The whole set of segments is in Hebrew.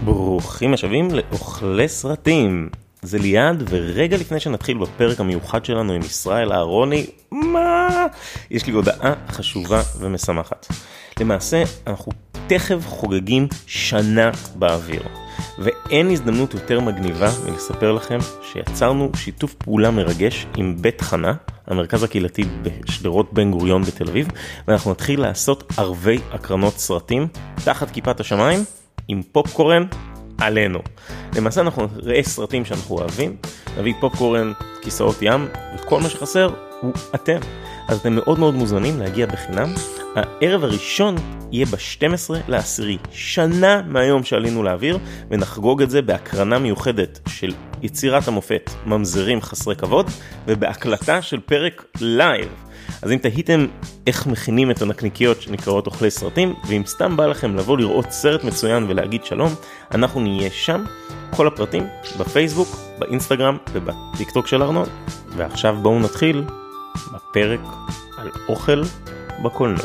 ברוכים השבים לאוכלי סרטים. זה ליעד, ורגע לפני שנתחיל בפרק המיוחד שלנו עם ישראל אהרוני, יש לי הודעה חשובה ומשמחת. למעשה, אנחנו תכף חוגגים שנה באוויר. ואין הזדמנות יותר מגניבה מלספר לכם שיצרנו שיתוף פעולה מרגש עם בית חנה, המרכז הקהילתי בשדרות בן גוריון בתל אביב, ואנחנו נתחיל לעשות ערבי הקרנות סרטים תחת כיפת השמיים עם פופקורן עלינו. למעשה אנחנו נראה סרטים שאנחנו אוהבים, נביא פופקורן, כיסאות ים, וכל מה שחסר הוא אתם. אז אתם מאוד מאוד מוזמנים להגיע בחינם. הערב הראשון יהיה ב-12/10, שנה מהיום שעלינו לאוויר, ונחגוג את זה בהקרנה מיוחדת של יצירת המופת ממזרים חסרי כבוד, ובהקלטה של פרק לייב. אז אם תהיתם איך מכינים את הנקניקיות שנקראות אוכלי סרטים, ואם סתם בא לכם לבוא לראות סרט מצוין ולהגיד שלום, אנחנו נהיה שם. כל הפרטים בפייסבוק, באינסטגרם ובטיקטוק של ארנון. ועכשיו בואו נתחיל בפרק על אוכל בקולנוע.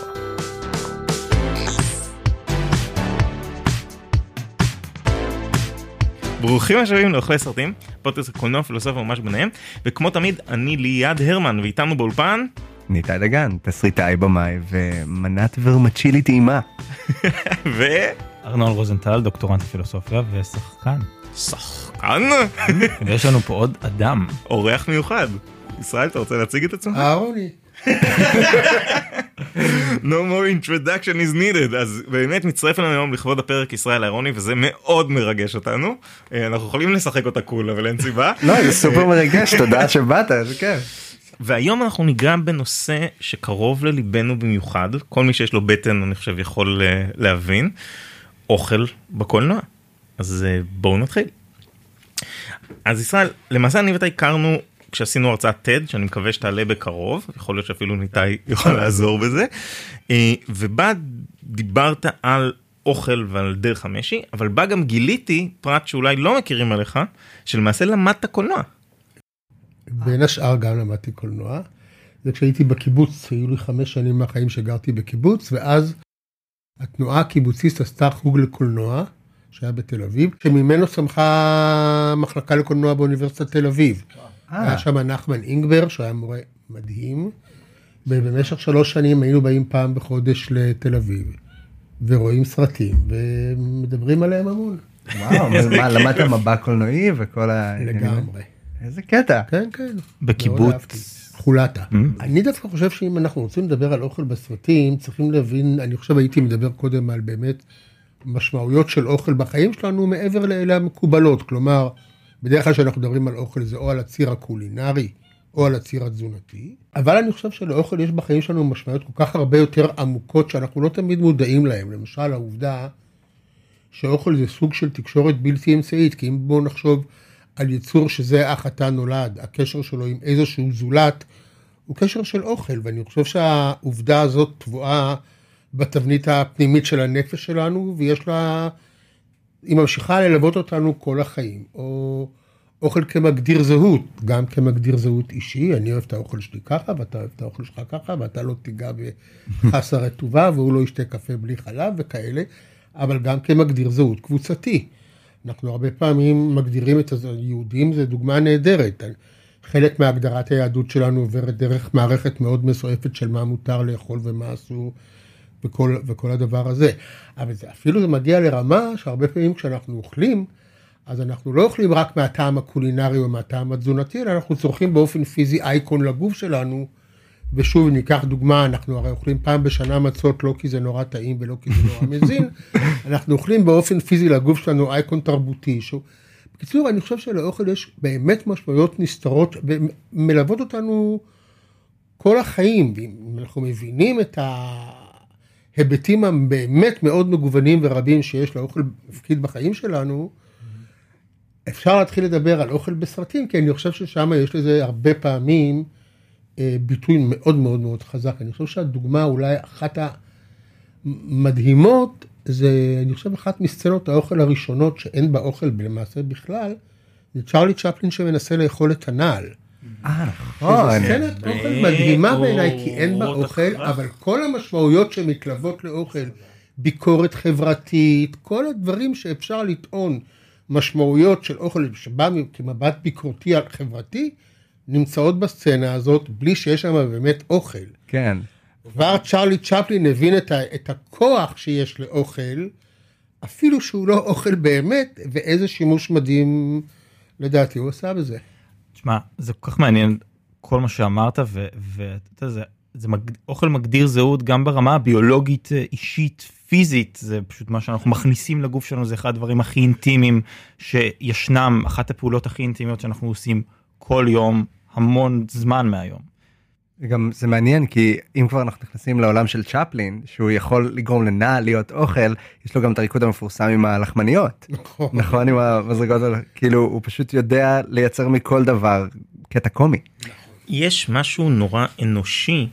ברוכים השבים לאוכלי סרטים, פודקאסט הקולנוע, פילוסופיה וממש ביניהם, וכמו תמיד אני ליעד הרמן, ואיתנו באולפן ניתאי דגן, תסריטאי במאי ומנת ורמצ'ילי טעימה. ארנון רוזנטל, דוקטורנט פילוסופיה ושחקן. שחקן? ויש לנו פה עוד אדם. אורח מיוחד. ישראל, אתה רוצה להציג את עצמך? אהרוני. No more introduction is needed. אז באמת מצטרף לנו היום לכבוד הפרק ישראל אהרוני, וזה מאוד מרגש אותנו. אנחנו יכולים לשחק אותה קול, אבל אין סיבה. לא, זה סופר מרגש, תודה שבאת, זה כיף. והיום אנחנו ניגע בנושא שקרוב לליבנו במיוחד, כל מי שיש לו בטן אני חושב יכול להבין, אוכל בקולנוע. אז בואו נתחיל. אז ישראל, למעשה אני ואתה הכרנו כשעשינו הרצאת TED, שאני מקווה שתעלה בקרוב, יכול להיות שאפילו ניתאי יוכל לעזור בזה, ובה דיברת על אוכל ועל דרך המשי, אבל בה גם גיליתי פרט שאולי לא מכירים עליך, שלמעשה למדת קולנוע. בין השאר גם למדתי קולנוע. זה כשהייתי בקיבוץ, היו לי 5 שנים מהחיים שגרתי בקיבוץ, ואז התנועה הקיבוצית עשתה חוג לקולנוע, שהיה בתל אביב, שממנו צמחה מחלקה לקולנוע באוניברסיטת תל אביב. היה שם נחמן אינגבר, שהיה מורה מדהים, ובמשך 3 שנים היינו באים פעם בחודש לתל אביב, ורואים סרטים, ומדברים עליהם המון. וואו, מה, למדת מבע קולנועי וכל ה... לגמרי. איזה קטע. כן, כן. בקיבוץ. חולתה. אני דווקא חושב שאם אנחנו רוצים לדבר על אוכל בסרטים, צריכים להבין, אני חושב הייתי מדבר קודם על באמת משמעויות של אוכל בחיים שלנו מעבר לאלה המקובלות. כלומר, בדרך כלל שאנחנו מדברים על אוכל זה או על הציר הקולינרי או על הציר התזונתי. אבל אני חושב שלאוכל יש בחיים שלנו משמעויות כל כך הרבה יותר עמוקות שאנחנו לא תמיד מודעים להם. למשל, העובדה שאוכל זה סוג של תקשורת בלתי אמצעית, כי אם בואו נחשוב על יצור שזה אך אתה נולד, הקשר שלו עם איזשהו זולת, הוא קשר של אוכל, ואני חושב שהעובדה הזאת תבואה בתבנית הפנימית של הנפש שלנו, ויש לה, היא ממשיכה ללוות אותנו כל החיים, או אוכל כמגדיר זהות, גם כמגדיר זהות אישי, אני אוהב את האוכל שלי ככה, ואתה אוהב את האוכל שלך ככה, ואתה לא תיגע בחסה רטובה, והוא לא ישתה קפה בלי חלב וכאלה, אבל גם כמגדיר זהות קבוצתי. אנחנו הרבה פעמים מגדירים את היהודים, זה דוגמה נהדרת. חלק מהגדרת היהדות שלנו עוברת דרך מערכת מאוד מסועפת של מה מותר לאכול ומה אסור, וכל הדבר הזה. אבל אפילו זה מגיע לרמה שהרבה פעמים כשאנחנו אוכלים, אז אנחנו לא אוכלים רק מהטעם הקולינרי או מהטעם התזונתי, אלא אנחנו צורכים באופן פיזי אייקון לגוף שלנו, ושוב ניקח דוגמה, אנחנו הרי אוכלים פעם בשנה מצות, לא כי זה נורא טעים ולא כי זה נורא מזין, אנחנו אוכלים באופן פיזי לגוף שלנו אייקון תרבותי. בקיצור, אני חושב שלאוכל יש באמת משמעויות נסתרות, ומלוות אותנו כל החיים, ואם אנחנו מבינים את ההיבטים הבאמת מאוד מגוונים ורבים שיש לאוכל מפקיד בחיים שלנו, אפשר להתחיל לדבר על אוכל בסרטים, כי אני חושב ששם יש לזה הרבה פעמים ביטוי מאוד מאוד מאוד חזק. אני חושב שהדוגמה אולי אחת המדהימות, זה אני חושב אחת מסצנות האוכל הראשונות שאין בה אוכל למעשה בכלל, זה צ'רלי צ'פלין שמנסה לאכול את הנעל. נכון. זו סצנת אוכל מדהימה בעיניי, כי אין בה אוכל, אבל כל המשמעויות שמתלוות לאוכל, ביקורת חברתית, כל הדברים שאפשר לטעון משמעויות של אוכל שבא כמבט ביקורתי על חברתי, נמצאות בסצנה הזאת בלי שיש שם באמת אוכל. כן. כבר צ'רלי צ'פלין הבין את הכוח שיש לאוכל, אפילו שהוא לא אוכל באמת, ואיזה שימוש מדהים לדעתי הוא עשה בזה. תשמע, זה כל כך מעניין כל מה שאמרת, ואתה יודע, אוכל מגדיר זהות גם ברמה הביולוגית, אישית, פיזית, זה פשוט מה שאנחנו מכניסים לגוף שלנו, זה אחד הדברים הכי אינטימיים שישנם, אחת הפעולות הכי אינטימיות שאנחנו עושים כל יום, המון זמן מהיום. גם זה מעניין, כי אם כבר אנחנו נכנסים לעולם של צ'פלין, שהוא יכול לגרום לנעל להיות אוכל, יש לו גם את הריקוד המפורסם עם הלחמניות. נכון, עם המזרגות, כאילו הוא פשוט יודע לייצר מכל דבר קטע קומי. יש משהו נורא אנושי,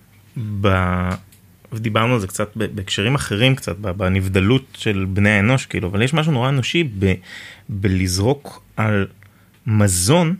ודיברנו על זה קצת בהקשרים אחרים, קצת בנבדלות של בני האנוש, כאילו, אבל יש משהו נורא אנושי בלזרוק על מזון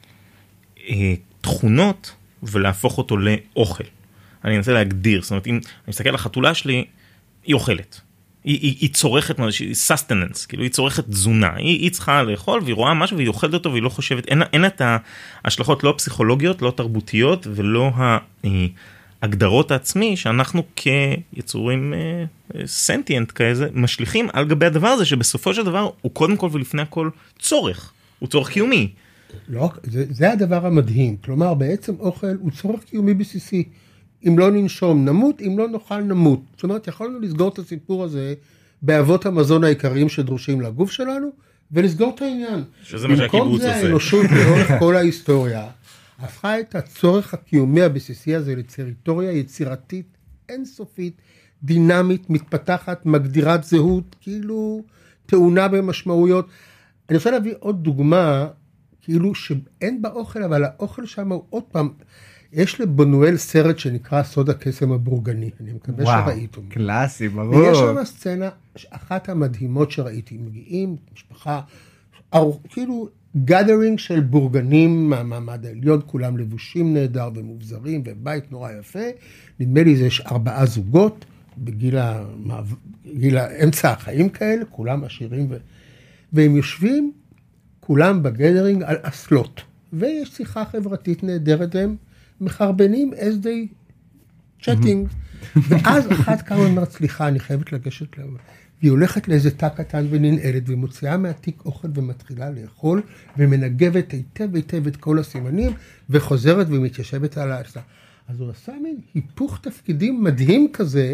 תכונות, ולהפוך אותו לאוכל. אני אנסה להגדיר, זאת אומרת, אם אני מסתכל על החתולה שלי, היא אוכלת. היא צורכת, sustenance, כאילו היא צורכת תזונה. היא צריכה לאכול, והיא רואה משהו, והיא אוכלת אותו, והיא לא חושבת, אין את ההשלכות לא פסיכולוגיות, לא תרבותיות, ולא ההגדרות העצמי, שאנחנו כיצורים סנטיאנט כאיזה, משליכים על גבי הדבר הזה, שבסופו של דבר, הוא קודם כל ולפני הכל צורך. הוא צורך קיומי. לא, זה הדבר המדהים. כלומר, בעצם אוכל הוא צורך קיומי בסיסי. אם לא ננשום נמות, אם לא נאכל נמות. זאת אומרת, יכולנו לסגור את הסיפור הזה באבות המזון העיקריים שדרושים לגוף שלנו, ולסגור את העניין. שזה מה שהקיבוץ עושה. במקום זה האנושות לאורך כל ההיסטוריה, הפכה את הצורך הקיומי הבסיסי הזה לטריטוריה יצירתית, אינסופית, דינמית, מתפתחת, מגדירת זהות, כאילו טעונה במשמעויות. אני רוצה להביא עוד דוגמה, כאילו שאין באוכל, אבל האוכל שם הוא עוד פעם, יש לבונואל סרט שנקרא סוד הקסם הבורגני, אני מקווה שראיתם. קלאסי, ברור. ויש שם סצנה, אחת המדהימות שראיתי, מגיעים, משפחה, כאילו גאדרינג של בורגנים מהמעמד העליון, כולם לבושים נהדר ומובזרים, ובית נורא יפה, נדמה לי יש 4 זוגות, בגיל אמצע החיים כאלה, כולם עשירים, והם יושבים, כולם בגדרינג על אסלות, ויש שיחה חברתית נהדרת, הם מחרבנים as they chatting, ואז אחת כמה אומרת, סליחה, אני חייבת לגשת לה, והיא הולכת לאיזה תא קטן וננעלת, ומוציאה מהתיק אוכל ומתחילה לאכול, ומנגבת היטב היטב את כל הסימנים, וחוזרת ומתיישבת על האסלה. אז הוא עשה מין היפוך תפקידים מדהים כזה,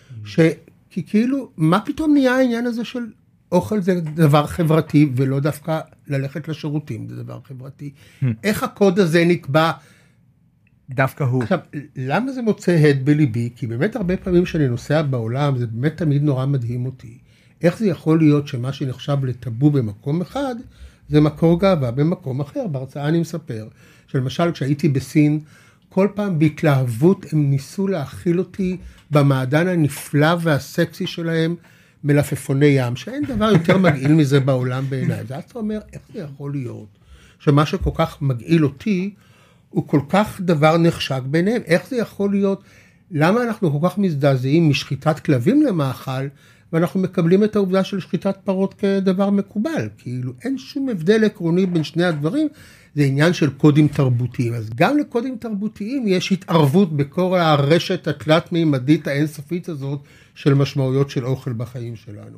כי כאילו, מה פתאום נהיה העניין הזה של אוכל זה דבר חברתי, ולא דווקא ללכת לשירותים, זה דבר חברתי. איך הקוד הזה נקבע? דווקא הוא. עכשיו, למה זה מוצא הד בליבי? כי באמת הרבה פעמים שאני נוסע בעולם, זה באמת תמיד נורא מדהים אותי. איך זה יכול להיות שמה שנחשב לטאבו במקום אחד, זה מקור גאווה במקום אחר. בהרצאה אני מספר, שלמשל כשהייתי בסין, כל פעם בהתלהבות הם ניסו להכיל אותי במעדן הנפלא והסקסי שלהם, מלפפוני ים, שאין דבר יותר מגעיל מזה בעולם בעיניי. אז אתה אומר, איך זה יכול להיות שמה שכל כך מגעיל אותי, הוא כל כך דבר נחשק ביניהם? איך זה יכול להיות? למה אנחנו כל כך מזדעזעים משחיטת כלבים למאכל, ואנחנו מקבלים את העובדה של שחיטת פרות כדבר מקובל? כאילו, אין שום הבדל עקרוני בין שני הדברים, זה עניין של קודים תרבותיים. אז גם לקודים תרבותיים יש התערבות בכל הרשת התלת-מימדית האינסופית הזאת, של משמעויות של אוכל בחיים שלנו.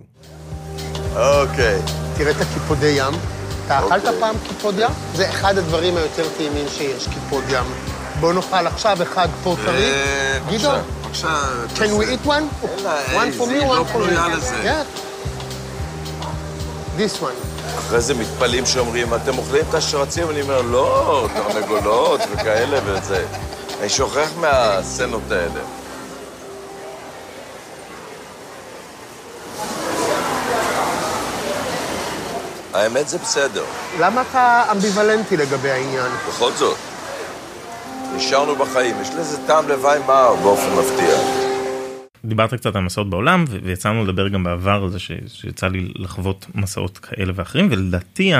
אוקיי. תראה את הקיפודי ים. אתה אכלת פעם קיפוד ים? זה אחד הדברים היותר טעימים שיש, קיפוד ים. בוא נאכל עכשיו אחד פה טרי. גדעון, בבקשה. can we eat one? One for me, one for me. Yeah. This one. אחרי זה מתפלים שאומרים, אתם אוכלים את השרצים? אני אומר, לא, תרנגולות וכאלה וזה. אני שוכח מהסצנות האלה. האמת זה בסדר. למה אתה אמביוולנטי לגבי העניין? בכל זאת, נשארנו בחיים, יש לזה טעם לוואי מר באופן מפתיע. דיברת קצת על מסעות בעולם, ויצאנו לדבר גם בעבר על זה שיצא לי לחוות מסעות כאלה ואחרים, ולדעתי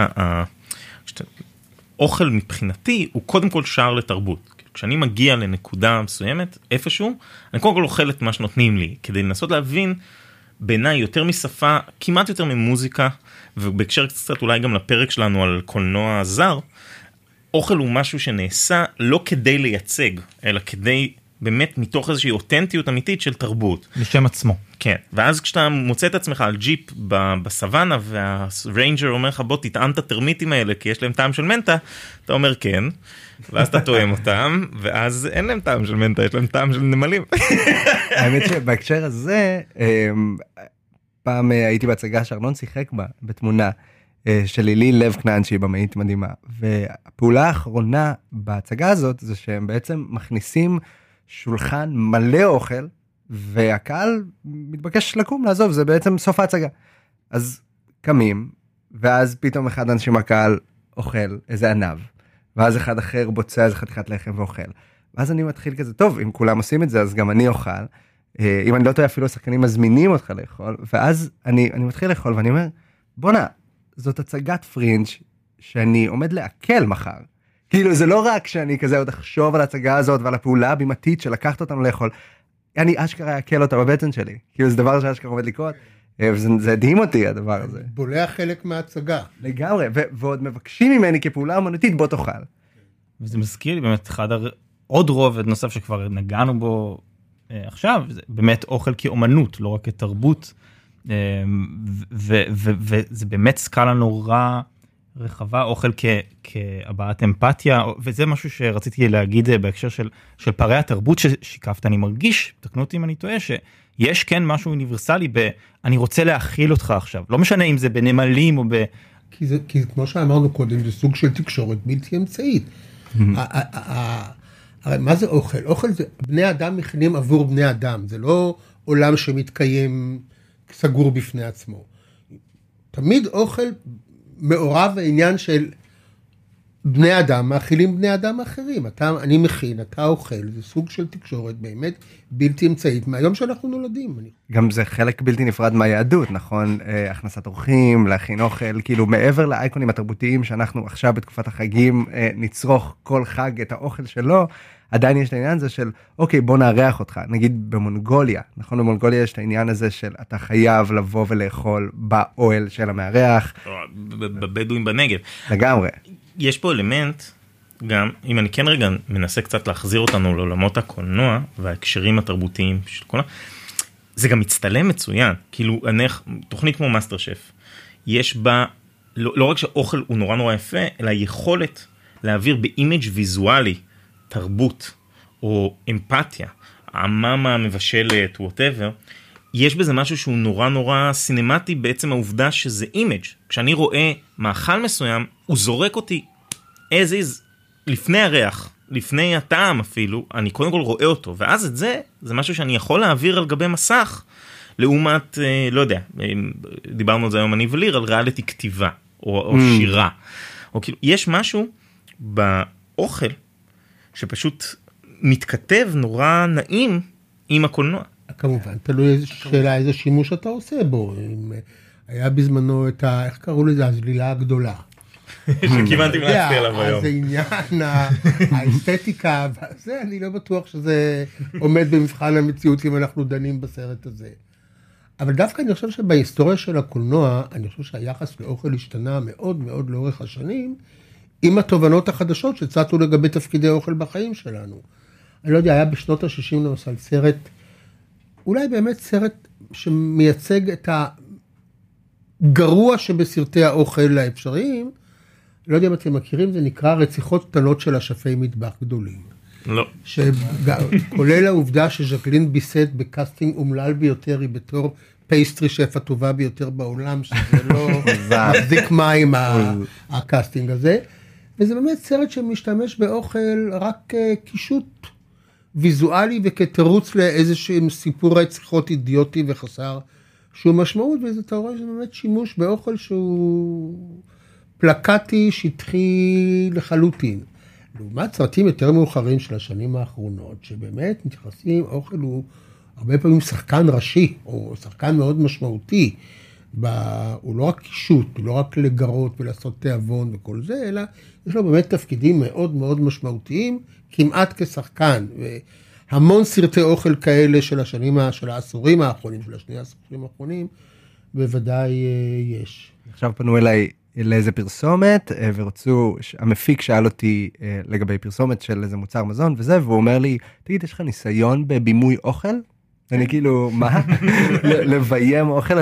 האוכל מבחינתי הוא קודם כל שער לתרבות. כשאני מגיע לנקודה מסוימת, איפשהו, אני קודם כל אוכל את מה שנותנים לי, כדי לנסות להבין בעיניי יותר משפה, כמעט יותר ממוזיקה, ובהקשר קצת אולי גם לפרק שלנו על קולנוע זר, אוכל הוא משהו שנעשה לא כדי לייצג, אלא כדי באמת מתוך איזושהי אותנטיות אמיתית של תרבות. לשם עצמו. כן, ואז כשאתה מוצא את עצמך על ג'יפ בסוואנה, והריינג'ר אומר לך, בוא תטעם את הטרמיטים האלה, כי יש להם טעם של מנטה, אתה אומר כן, ואז אתה תואם אותם, ואז אין להם טעם של מנטה, יש להם טעם של נמלים. האמת שבהקשר הזה, פעם הייתי בהצגה שארנון שיחק בה, בתמונה, של לילי לב כנען, שהיא במאית מדהימה, והפעולה האחרונה בהצגה הזאת, זה שהם בעצם מכניסים שולחן מלא אוכל, והקהל מתבקש לקום לעזוב, זה בעצם סוף ההצגה. אז קמים, ואז פתאום אחד האנשים מהקהל אוכל איזה ענב, ואז אחד אחר בוצע איזה חתיכת לחם ואוכל. ואז אני מתחיל כזה, טוב, אם כולם עושים את זה, אז גם אני אוכל. אם אני לא טועה, אפילו השחקנים מזמינים אותך לאכול, ואז אני מתחיל לאכול, ואני אומר, בונה, זאת הצגת פרינג' שאני עומד לעכל מחר. כאילו, זה לא רק שאני כזה עוד אחשוב על ההצגה הזאת, ועל הפעולה הבימתית שלקחת אותנו לאכול, אני אשכרה אעכל אותה בבטן שלי. כאילו, זה דבר שאשכרה עומד לקרות, וזה הדהים אותי, הדבר הזה. בולע חלק מההצגה. לגמרי, ועוד מבקשים ממני כפעולה אמנותית, בוא תאכל. וזה מזכיר לי באמת עוד רובד נוסף שכבר נגענו בו עכשיו, זה באמת אוכל כאומנות, לא רק כתרבות, וזה באמת סקאלה נורא רחבה, אוכל כהבעת אמפתיה, וזה משהו שרציתי להגיד בהקשר של פערי התרבות ששיקפת, אני מרגיש, תקנו אותי אם אני טועה, שיש כן משהו אוניברסלי אני רוצה להכיל אותך עכשיו, לא משנה אם זה בנמלים או כי כמו שאמרנו קודם, זה סוג של תקשורת בלתי אמצעית. הרי מה זה אוכל? אוכל זה בני אדם מכינים עבור בני אדם, זה לא עולם שמתקיים סגור בפני עצמו. תמיד אוכל מעורב העניין של בני אדם, מאכילים בני אדם אחרים. אני מכין, אתה אוכל, זה סוג של תקשורת באמת בלתי אמצעית, מהיום שאנחנו נולדים. גם זה חלק בלתי נפרד מהיהדות, נכון? הכנסת אורחים, להכין אוכל, כאילו מעבר לאייקונים התרבותיים שאנחנו עכשיו בתקופת החגים נצרוך כל חג את האוכל שלו, עדיין יש את העניין הזה של, אוקיי, בוא נארח אותך. נגיד במונגוליה, נכון? במונגוליה יש את העניין הזה של אתה חייב לבוא ולאכול באוהל של המארח. בבדואים בנגב. לגמרי. יש פה אלמנט, גם, אם אני כן רגע מנסה קצת להחזיר אותנו לעולמות הקולנוע, וההקשרים התרבותיים של קולנוע, זה גם מצטלם מצוין. כאילו, תוכנית כמו מאסטר שף, יש בה, לא רק שאוכל הוא נורא נורא יפה, אלא יכולת להעביר באימג' ויזואלי, תרבות, או אמפתיה, המאמה המבשלת, whatever, יש בזה משהו שהוא נורא נורא סינמטי, בעצם העובדה שזה אימג'. כשאני רואה מאכל מסוים, הוא זורק אותי as is, לפני הריח, לפני הטעם אפילו, אני קודם כל רואה אותו, ואז את זה משהו שאני יכול להעביר על גבי מסך, לעומת, לא יודע, דיברנו על זה היום אני וליר, על ריאליטי כתיבה, או שירה, או כאילו, יש משהו באוכל, שפשוט מתכתב נורא נעים עם הקולנוע. כמובן, תלוי שאלה איזה שימוש אתה עושה בו. היה בזמנו את איך קראו לזה, הזלילה הגדולה. שכיוונתי להצטיא עליו היום. אז העניין, האסתטיקה, וזה אני לא בטוח שזה עומד במבחן המציאות אם אנחנו דנים בסרט הזה. אבל דווקא אני חושב שבהיסטוריה של הקולנוע, אני חושב שהיחס לאוכל השתנה מאוד מאוד לאורך השנים, עם התובנות החדשות שצאתו לגבי תפקידי אוכל בחיים שלנו. אני לא יודע, היה בשנות ה-60 למשל סרט, אולי באמת סרט שמייצג את הגרוע שבסרטי האוכל האפשריים, לא יודע אם אתם מכירים, זה נקרא רציחות קטנות של אשפי מטבח גדולים. לא. כולל העובדה שז'קלין ביסט בקאסטינג אומלל ביותר, היא בתור פייסטרי שף הטובה ביותר בעולם, שזה לא מחזיק מים הקאסטינג הזה. וזה באמת סרט שמשתמש באוכל רק קישוט ויזואלי וכתירוץ לאיזשהם סיפור רציחות אידיוטי וחסר שהוא משמעות, וזה תאוריה שזה באמת שימוש באוכל שהוא פלקטי, שטחי לחלוטין. לעומת סרטים יותר מאוחרים של השנים האחרונות, שבאמת מתייחסים, אוכל הוא הרבה פעמים שחקן ראשי, או שחקן מאוד משמעותי, הוא לא רק קישוט, הוא לא רק לגרות ולעשות תיאבון וכל זה, אלא יש לו באמת תפקידים מאוד מאוד משמעותיים, כמעט כשחקן. המון סרטי אוכל כאלה של העשורים האחרונים, של השני העשורים האחרונים, בוודאי יש. עכשיו פנו אליי לאיזה פרסומת, ורצו, המפיק שאל אותי לגבי פרסומת של איזה מוצר מזון וזה, והוא אומר לי, תגיד, יש לך ניסיון בבימוי אוכל? אני כאילו, מה? לביים אוכל?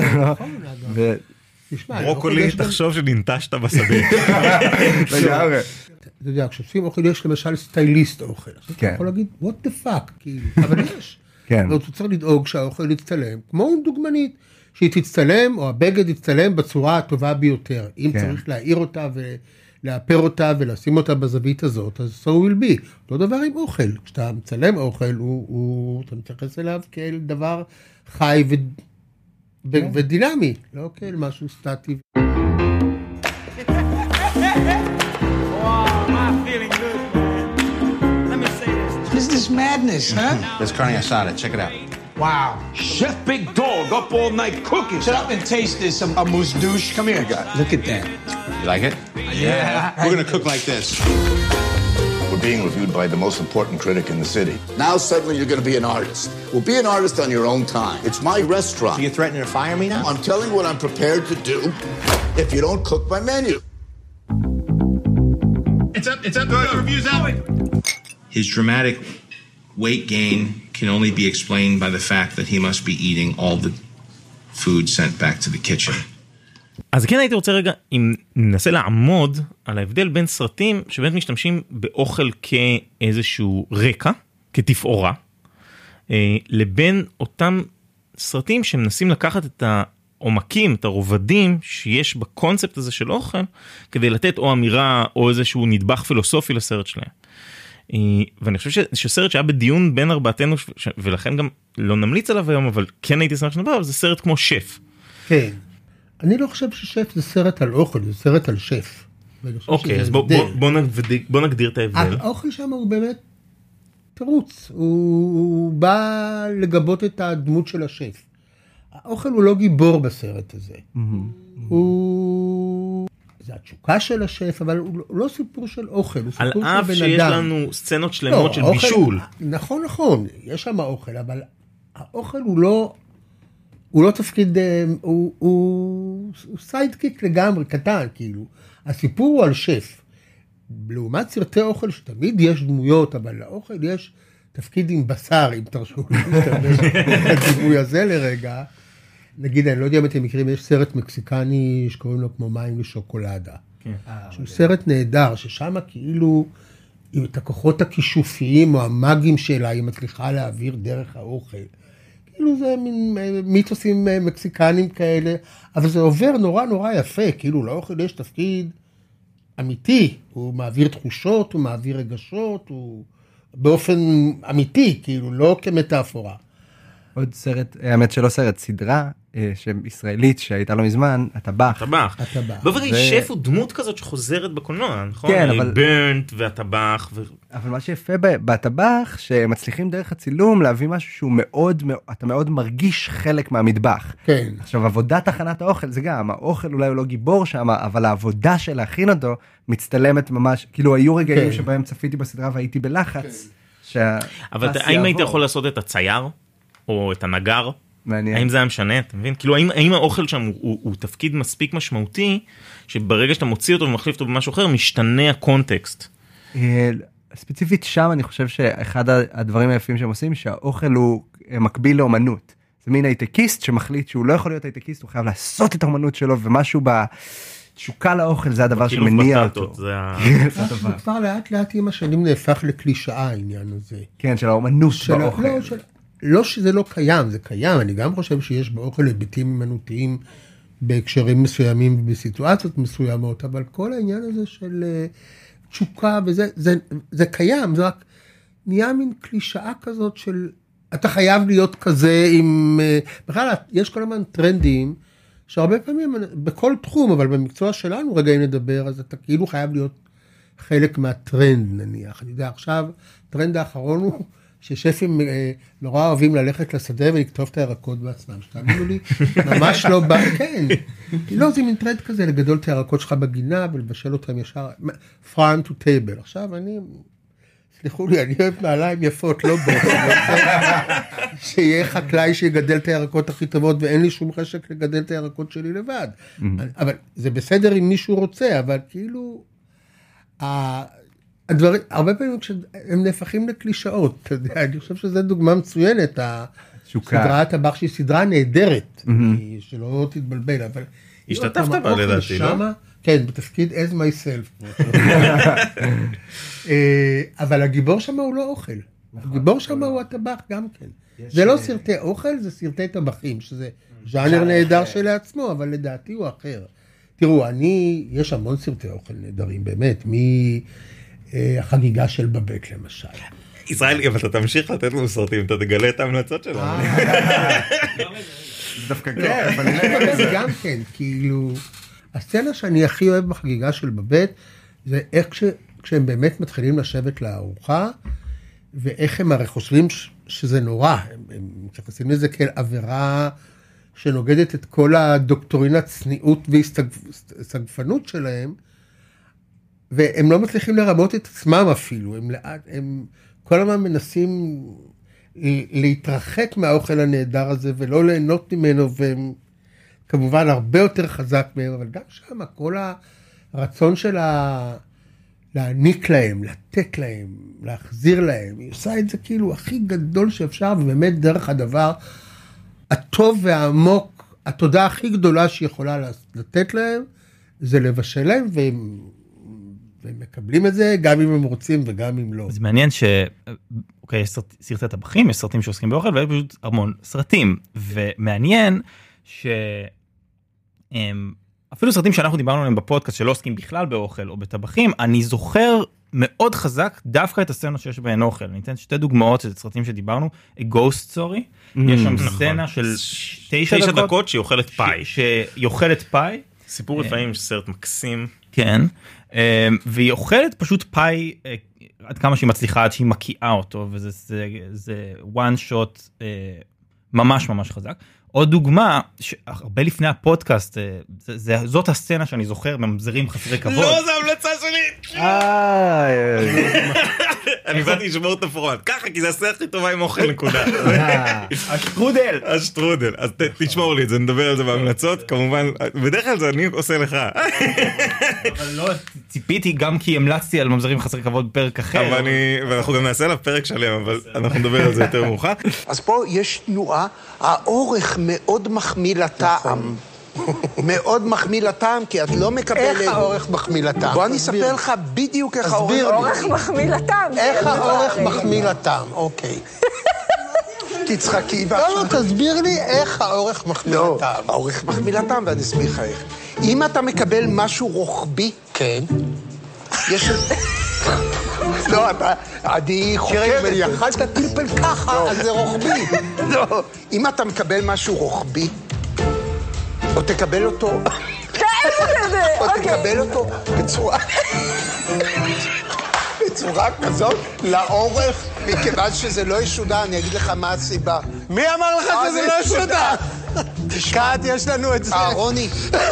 ברוקולי, תחשוב שננטשת בשדה. לגמרי. אתה יודע, כשעושים אוכל, יש למשל סטייליסט אוכל. אז אתה יכול להגיד, what the fuck, כאילו, אבל יש. ואתה צריך לדאוג שהאוכל יצטלם, כמו עם דוגמנית, שהיא תצטלם, או הבגד יצטלם בצורה הטובה ביותר. אם צריך להעיר אותה ולאפר אותה ולשים אותה בזווית הזאת, אז so will be. אותו דבר עם אוכל. כשאתה מצלם אוכל, אתה מתייחס אליו כאל דבר חי ודינמי, לא כאל משהו סטטי. This is madness, huh? There's carne asada. Check it out. Wow. Chef Big Dog up all night cooking. Shut up and taste this. A mousse douche. Come here. Look at that. You like it? Yeah. We're gonna cook like this. We're being reviewed by the most important critic in the city. Now suddenly you're going to be an artist. Well, be an artist on your own time. It's my restaurant. So you're threatening to fire me now? I'm telling you what I'm prepared to do if you don't cook my menu. It's up. The review's out. His dramatic weight gain can only be explained by the fact that he must be eating all the food sent back to the kitchen. אז כן הייתי רוצה רגע, אם ננסה לעמוד על ההבדל בין סרטים שבאמת משתמשים באוכל כאיזשהו רקע, כתפאורה, לבין אותם סרטים שמנסים לקחת את העומקים, את הרובדים שיש בקונספט הזה של אוכל, כדי לתת או אמירה או איזשהו נדבך פילוסופי לסרט שלהם. ואני חושב שסרט שהיה בדיון בין ארבעתנו, ולכן גם לא נמליץ עליו היום, אבל כן הייתי שמח שנדבר, אבל זה סרט כמו שף. כן. אני לא חושב ששף זה סרט על אוכל, זה סרט על שף. אוקיי, אז בוא נגדיר את ההבדל. האוכל שם הוא באמת תירוץ, הוא בא לגבות את הדמות של השף. האוכל הוא לא גיבור בסרט הזה. זה התשוקה של השף, אבל הוא לא סיפור של אוכל, הוא סיפור של בן אדם. על אף שיש לנו סצנות שלמות של בישול. נכון, יש שם אוכל, אבל האוכל הוא לא תפקיד, הוא סיידקיק לגמרי, קטן, כאילו. הסיפור הוא על שף. לעומת סרטי אוכל שתמיד יש דמויות, אבל לאוכל יש תפקיד עם בשר, אם תרשו להשתמש בדימוי הזה לרגע. נגיד, אני לא יודע אם אתם מכירים, יש סרט מקסיקני שקוראים לו כמו מים לשוקולדה. שהוא סרט נהדר, ששם כאילו, את הכוחות הכישופיים או המאגים שלה, היא מצליחה להעביר דרך האוכל. כאילו זה מין מיתוסים מקסיקנים כאלה, אבל זה עובר נורא נורא יפה, כאילו לאוכל יש תפקיד אמיתי, הוא מעביר תחושות, הוא מעביר רגשות, הוא באופן אמיתי, כאילו לא כמטאפורה. עוד סרט, האמת שלא סרט, סדרה ישראלית שהייתה לא מזמן, הטבח. באופן שף הוא דמות כזאת שחוזרת בקולנוע, נכון? כן, אבל... ברנט והטבח. אבל מה שיפה בטבח, שמצליחים דרך הצילום להביא משהו שהוא מאוד, אתה מאוד מרגיש חלק מהמטבח. כן. עכשיו, עבודת הכנת האוכל, זה גם, האוכל אולי הוא לא גיבור שם, אבל העבודה של להכין אותו, מצטלמת ממש, כאילו היו רגעים שבהם צפיתי בסדרה והייתי בלחץ. אבל האם היית יכול לעשות את הצייר? או את הנגר, מעניין. האם זה היה משנה, אתה מבין? כאילו, האם האוכל שם הוא תפקיד מספיק משמעותי, שברגע שאתה מוציא אותו ומחליף אותו במשהו אחר, משתנה הקונטקסט? ספציפית שם אני חושב שאחד הדברים היפים שהם עושים, שהאוכל הוא מקביל לאומנות. זה מין הייטקיסט שמחליט שהוא לא יכול להיות הייטקיסט, הוא חייב לעשות את האומנות שלו, ומשהו בתשוקה לאוכל זה הדבר שמניע אותו. זה כבר לאט לאט עם השנים נהפך לקלישאה העניין הזה. כן, של האומנות באוכל. לא שזה לא קיים, זה קיים. אני גם חושב שיש באוכל היבטים אמנותיים בהקשרים מסוימים ובסיטואציות מסוימות, אבל כל העניין הזה של תשוקה וזה, זה קיים, זה רק נהיה מין קלישאה כזאת של, אתה חייב להיות כזה עם, בכלל, יש כל הזמן טרנדים, שהרבה פעמים, בכל תחום, אבל במקצוע שלנו רגע אם נדבר, אז אתה כאילו חייב להיות חלק מהטרנד נניח. אני יודע, עכשיו, הטרנד האחרון הוא, ששפים נורא אוהבים ללכת לשדה ולכתוב את הירקות בעצמם. שתאמינו לי, ממש לא בא, כן. לא, זה מין טרנד כזה, לגדול את הירקות שלך בגינה ולבשל אותם ישר, front to table. עכשיו אני סליחו לי, אני אוהב נעליים יפות, לא בוט. שיהיה חקלאי שיגדל את הירקות הכי טובות, ואין לי שום חשק לגדל את הירקות שלי לבד. אבל זה בסדר אם מישהו רוצה, אבל כאילו, הדברים, הרבה פעמים הם נהפכים לקלישאות, אתה יודע, אני חושב שזו דוגמה מצוינת, סדרת הטבח שהיא סדרה נהדרת, שלא תתבלבל, אבל... השתתפת בה לדעתי, לא? כן, בתפקיד as myself. אבל הגיבור שם הוא לא אוכל. הגיבור שם הוא הטבח גם כן. זה לא סרטי אוכל, זה סרטי טבחים, שזה ז'אנר נהדר שלעצמו, אבל לדעתי הוא אחר. תראו, יש המון סרטי אוכל נהדרים, באמת, מהחגיגה של בבק למשל. ישראל, אבל אתה תמשיך לתת לנו סרטים, אתה תגלה את ההמלצות שלנו. דווקא כן, אבל זה גם כן, כאילו, הסצנה שאני הכי אוהב בחגיגה של בבית, זה איך כשהם באמת מתחילים לשבת לארוחה, ואיך הם הרי חושבים שזה נורא, הם מתייחסים לזה כעבירה שנוגדת את כל הדוקטורינת צניעות והסתגפנות שלהם, והם לא מצליחים לרמות את עצמם אפילו, הם כל הזמן מנסים להתרחק מהאוכל הנהדר הזה, ולא ליהנות ממנו, והם כמובן הרבה יותר חזק מהם, אבל גם שם כל הרצון שלה להעניק להם, לתת להם, להחזיר להם, היא עושה את זה כאילו הכי גדול שאפשר, ובאמת דרך הדבר הטוב והעמוק, התודה הכי גדולה שהיא יכולה לתת להם, זה לבשל להם, והם מקבלים את זה, גם אם הם רוצים וגם אם לא. זה מעניין אוקיי, יש סרטי טבחים, יש סרטים שעוסקים באוכל, ויש פשוט המון סרטים, ומעניין אפילו סרטים שאנחנו דיברנו עליהם בפודקאסט, שלא עוסקים בכלל באוכל או בטבחים, אני זוכר מאוד חזק דווקא את הסצנות שיש בהן אוכל. אני אתן שתי דוגמאות של סרטים שדיברנו, Ghost Story, יש שם סצנה של 9 דקות שהיא אוכלת פאי. שהיא אוכלת פאי. סיפור לפעמים סרט מקסים. כן, והיא אוכלת פשוט פאי עד כמה שהיא מצליחה, עד שהיא מקיאה אותו, וזה one shot ממש ממש חזק. עוד דוגמה, הרבה לפני הפודקאסט, זאת הסצנה שאני זוכר, ממזרים חסרי כבוד. לא, זו המלצה שלי! אני באתי לשמור את הפורמט, ככה, כי זה הסצנה הכי טובה עם אוכל, נקודה. השטרודל. השטרודל, אז תשמור לי את זה, נדבר על זה בהמלצות, כמובן, בדרך כלל זה אני עושה לך. אבל לא, ציפיתי גם כי המלצתי על ממזרים חסרי כבוד בפרק אחר. ואנחנו גם נעשה לה פרק שלם, אבל אנחנו נדבר על זה יותר מאוחר. אז פה יש תנועה, האורך מאוד מחמיא לטעם. מאוד מחמיא לטעם, כי את לא מקבלת... איך האורך מחמיא לטעם? בוא אני אספר לך בדיוק איך האורך מחמיא לטעם. איך האורך מחמיא לטעם, אוקיי. תצחקי. לא, תסביר לי איך האורך מחמיא לטעם. האורך מחמיא לטעם, ואני אסביר לך איך. אם אתה מקבל משהו רוחבי, כן, יש... לא, אני חוקרת. אם יכלת פלפל ככה, אז זה רוחבי. לא, אם אתה מקבל משהו רוחבי, או תקבל אותו... או תקבל אותו בצורה כזאת, לאורך, מכיוון שזה לא ישודע, אני אגיד לך מה הסיבה. מי אמר לך שזה לא ישודע? תשקעת, יש לנו את זה. רוני.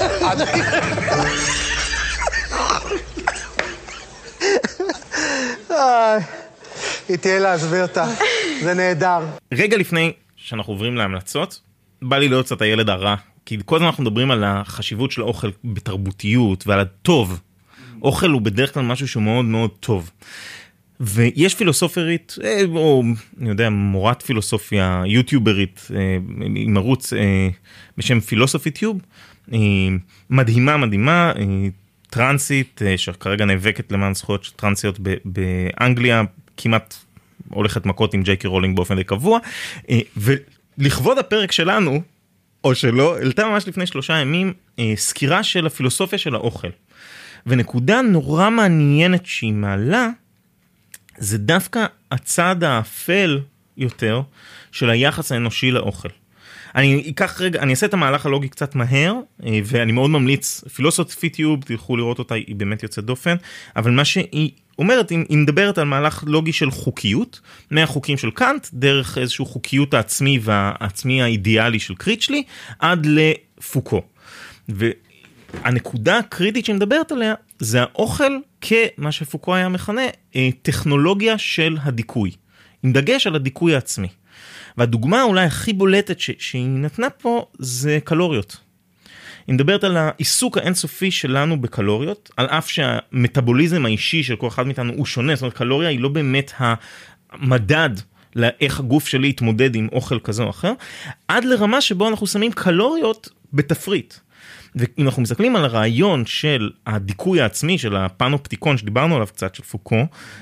היא תהיה להסביר אותה, זה נהדר. רגע לפני שאנחנו עוברים להמלצות, בא לי להיות קצת הילד הרע, כי כל הזמן אנחנו מדברים על החשיבות של האוכל בתרבותיות ועל הטוב. אוכל הוא בדרך כלל משהו שהוא מאוד מאוד טוב. ויש פילוסופרית, או אני יודע, מורת פילוסופיה, יוטיוברית, עם ערוץ בשם פילוסופי טיוב, מדהימה, טרנסית, שכרגע נאבקת למען זכויות של טרנסיות באנגליה, כמעט הולכת מכות עם ג'יי קי רולינג באופן די קבוע, ולכבוד הפרק שלנו, או שלא, העלתה ממש לפני 3 ימים, סקירה של הפילוסופיה של האוכל. ונקודה נורא מעניינת שהיא מעלה, זה דווקא הצד האפל יותר של היחס האנושי לאוכל. אני אעשה את המהלך הלוגי קצת מהר, ואני מאוד ממליץ, פילוסופי טיוב, תלכו לראות אותה, היא באמת יוצאת דופן, אבל מה שהיא אומרת, היא מדברת על מהלך לוגי של חוקיות, מהחוקים של קאנט, דרך איזשהו חוקיות העצמי והעצמי האידיאלי של קריצ'לי, עד לפוקו. הנקודה הקריטית שמדברת עליה, זה האוכל כמה שפוקו היה מכנה, טכנולוגיה של הדיכוי, עם דגש על הדיכוי העצמי. והדוגמה אולי הכי בולטת שהיא נתנה פה, זה קלוריות. היא מדברת על העיסוק האינסופי שלנו בקלוריות, על אף שהמטאבוליזם האישי של כל אחד מאיתנו הוא שונה, זאת אומרת, קלוריה היא לא באמת המדד לאיך הגוף שלי יתמודד עם אוכל כזה או אחר, עד לרמה שבו אנחנו שמים קלוריות בתפריט. ואם אנחנו מסתכלים על הרעיון של הדיכוי העצמי, של הפנופטיקון שדיברנו עליו קצת, של פוקו,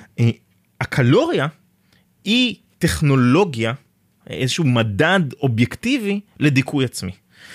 הקלוריה היא טכנולוגיה, איזשהו מדד אובייקטיבי לדיכוי עצמי.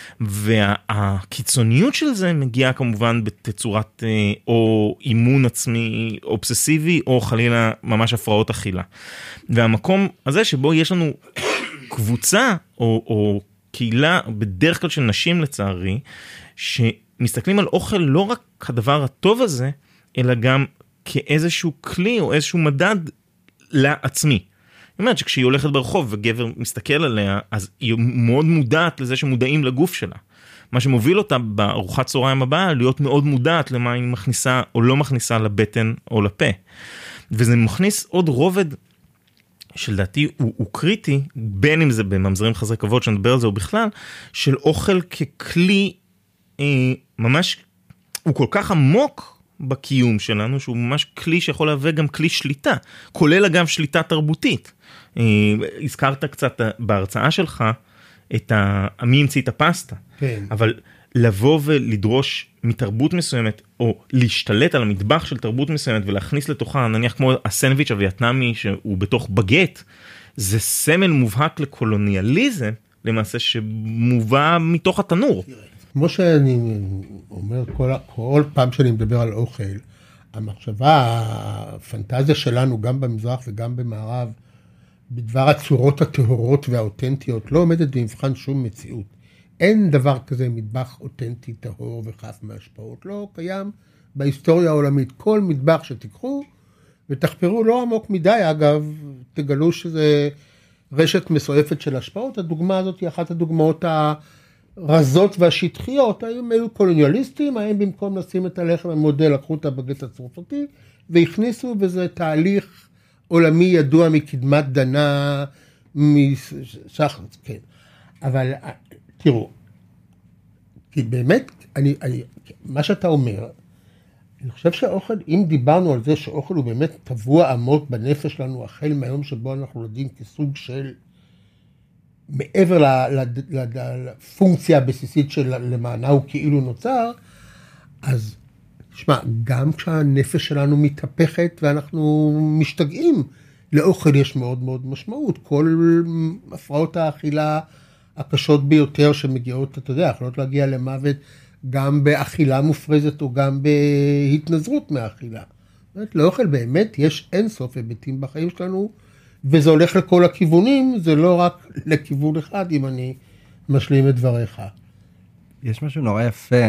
והקיצוניות של זה מגיעה כמובן בתצורת או אימון עצמי אובססיבי, או חלילה ממש הפרעות אכילה. והמקום הזה שבו יש לנו קבוצה או קהילה, בדרך כלל של נשים לצערי, שמסתכלים על אוכל לא רק הדבר הטוב הזה, אלא גם כאיזשהו כלי או איזשהו מדד לעצמי. זאת אומרת שכשהיא הולכת ברחוב וגבר מסתכל עליה, אז היא מאוד מודעת לזה שמודעים לגוף שלה. מה שמוביל אותה בארוחת צהריים הבאה, להיות מאוד מודעת למה היא מכניסה או לא מכניסה לבטן או לפה. וזה מכניס עוד רובד שלדעתי הוא קריטי, בין אם זה בממזרים חסרי כבוד שנדבר על זה או בכלל, של אוכל ככלי ממש, הוא כל כך עמוק בקיום שלנו, שהוא ממש כלי שיכול להווה גם כלי שליטה, כולל אגב שליטה תרבותית. הזכרת קצת בהרצאה שלך את מי המציא את הפסטה, כן. אבל לבוא ולדרוש מתרבות מסוימת, או להשתלט על המטבח של תרבות מסוימת, ולהכניס לתוכה, נניח כמו הסנדוויץ' הווייטנאמי, שהוא בתוך בגט, זה סמל מובהק לקולוניאליזם, למעשה שמובא מתוך התנור. כמו שאני אומר, כל פעם שאני מדבר על אוכל, המחשבה, הפנטזיה שלנו, גם במזרח וגם במערב, בדבר הצורות הטהורות והאותנטיות, לא עומדת במבחן שום מציאות. אין דבר כזה מטבח אותנטי, טהור וחף מהשפעות. לא קיים בהיסטוריה העולמית. כל מטבח שתיקחו ותחפרו לא עמוק מדי, אגב, תגלו שזה רשת מסועפת של השפעות. הדוגמה הזאת היא אחת הדוגמאות הרזות והשטחיות. האם היו קולוניאליסטים, האם במקום לשים את הלחם המודל, לקחו את הבגט הצרפתי והכניסו, וזה תהליך עולמי ידוע מקדמת דנה, משחר, כן. אבל תראו, כי באמת, מה שאתה אומר, אני חושב שהאוכל, אם דיברנו על זה שאוכל הוא באמת טבוע עמוק בנפש שלנו, החל מהיום שבו אנחנו יודעים כסוג של, מעבר לפונקציה הבסיסית של למענה הוא כאילו נוצר, אז תשמע, גם כשהנפש שלנו מתהפכת ואנחנו משתגעים, לאוכל יש מאוד מאוד משמעות. כל הפרעות האכילה הקשות ביותר שמגיעות, אתה יודע, יכולות להגיע למוות גם באכילה מופרזת או גם בהתנזרות מהאכילה. לאוכל באמת יש אינסוף היבטים בחיים שלנו, וזה הולך לכל הכיוונים, זה לא רק לכיוון אחד, אם אני משלים את דבריך. יש משהו נורא יפה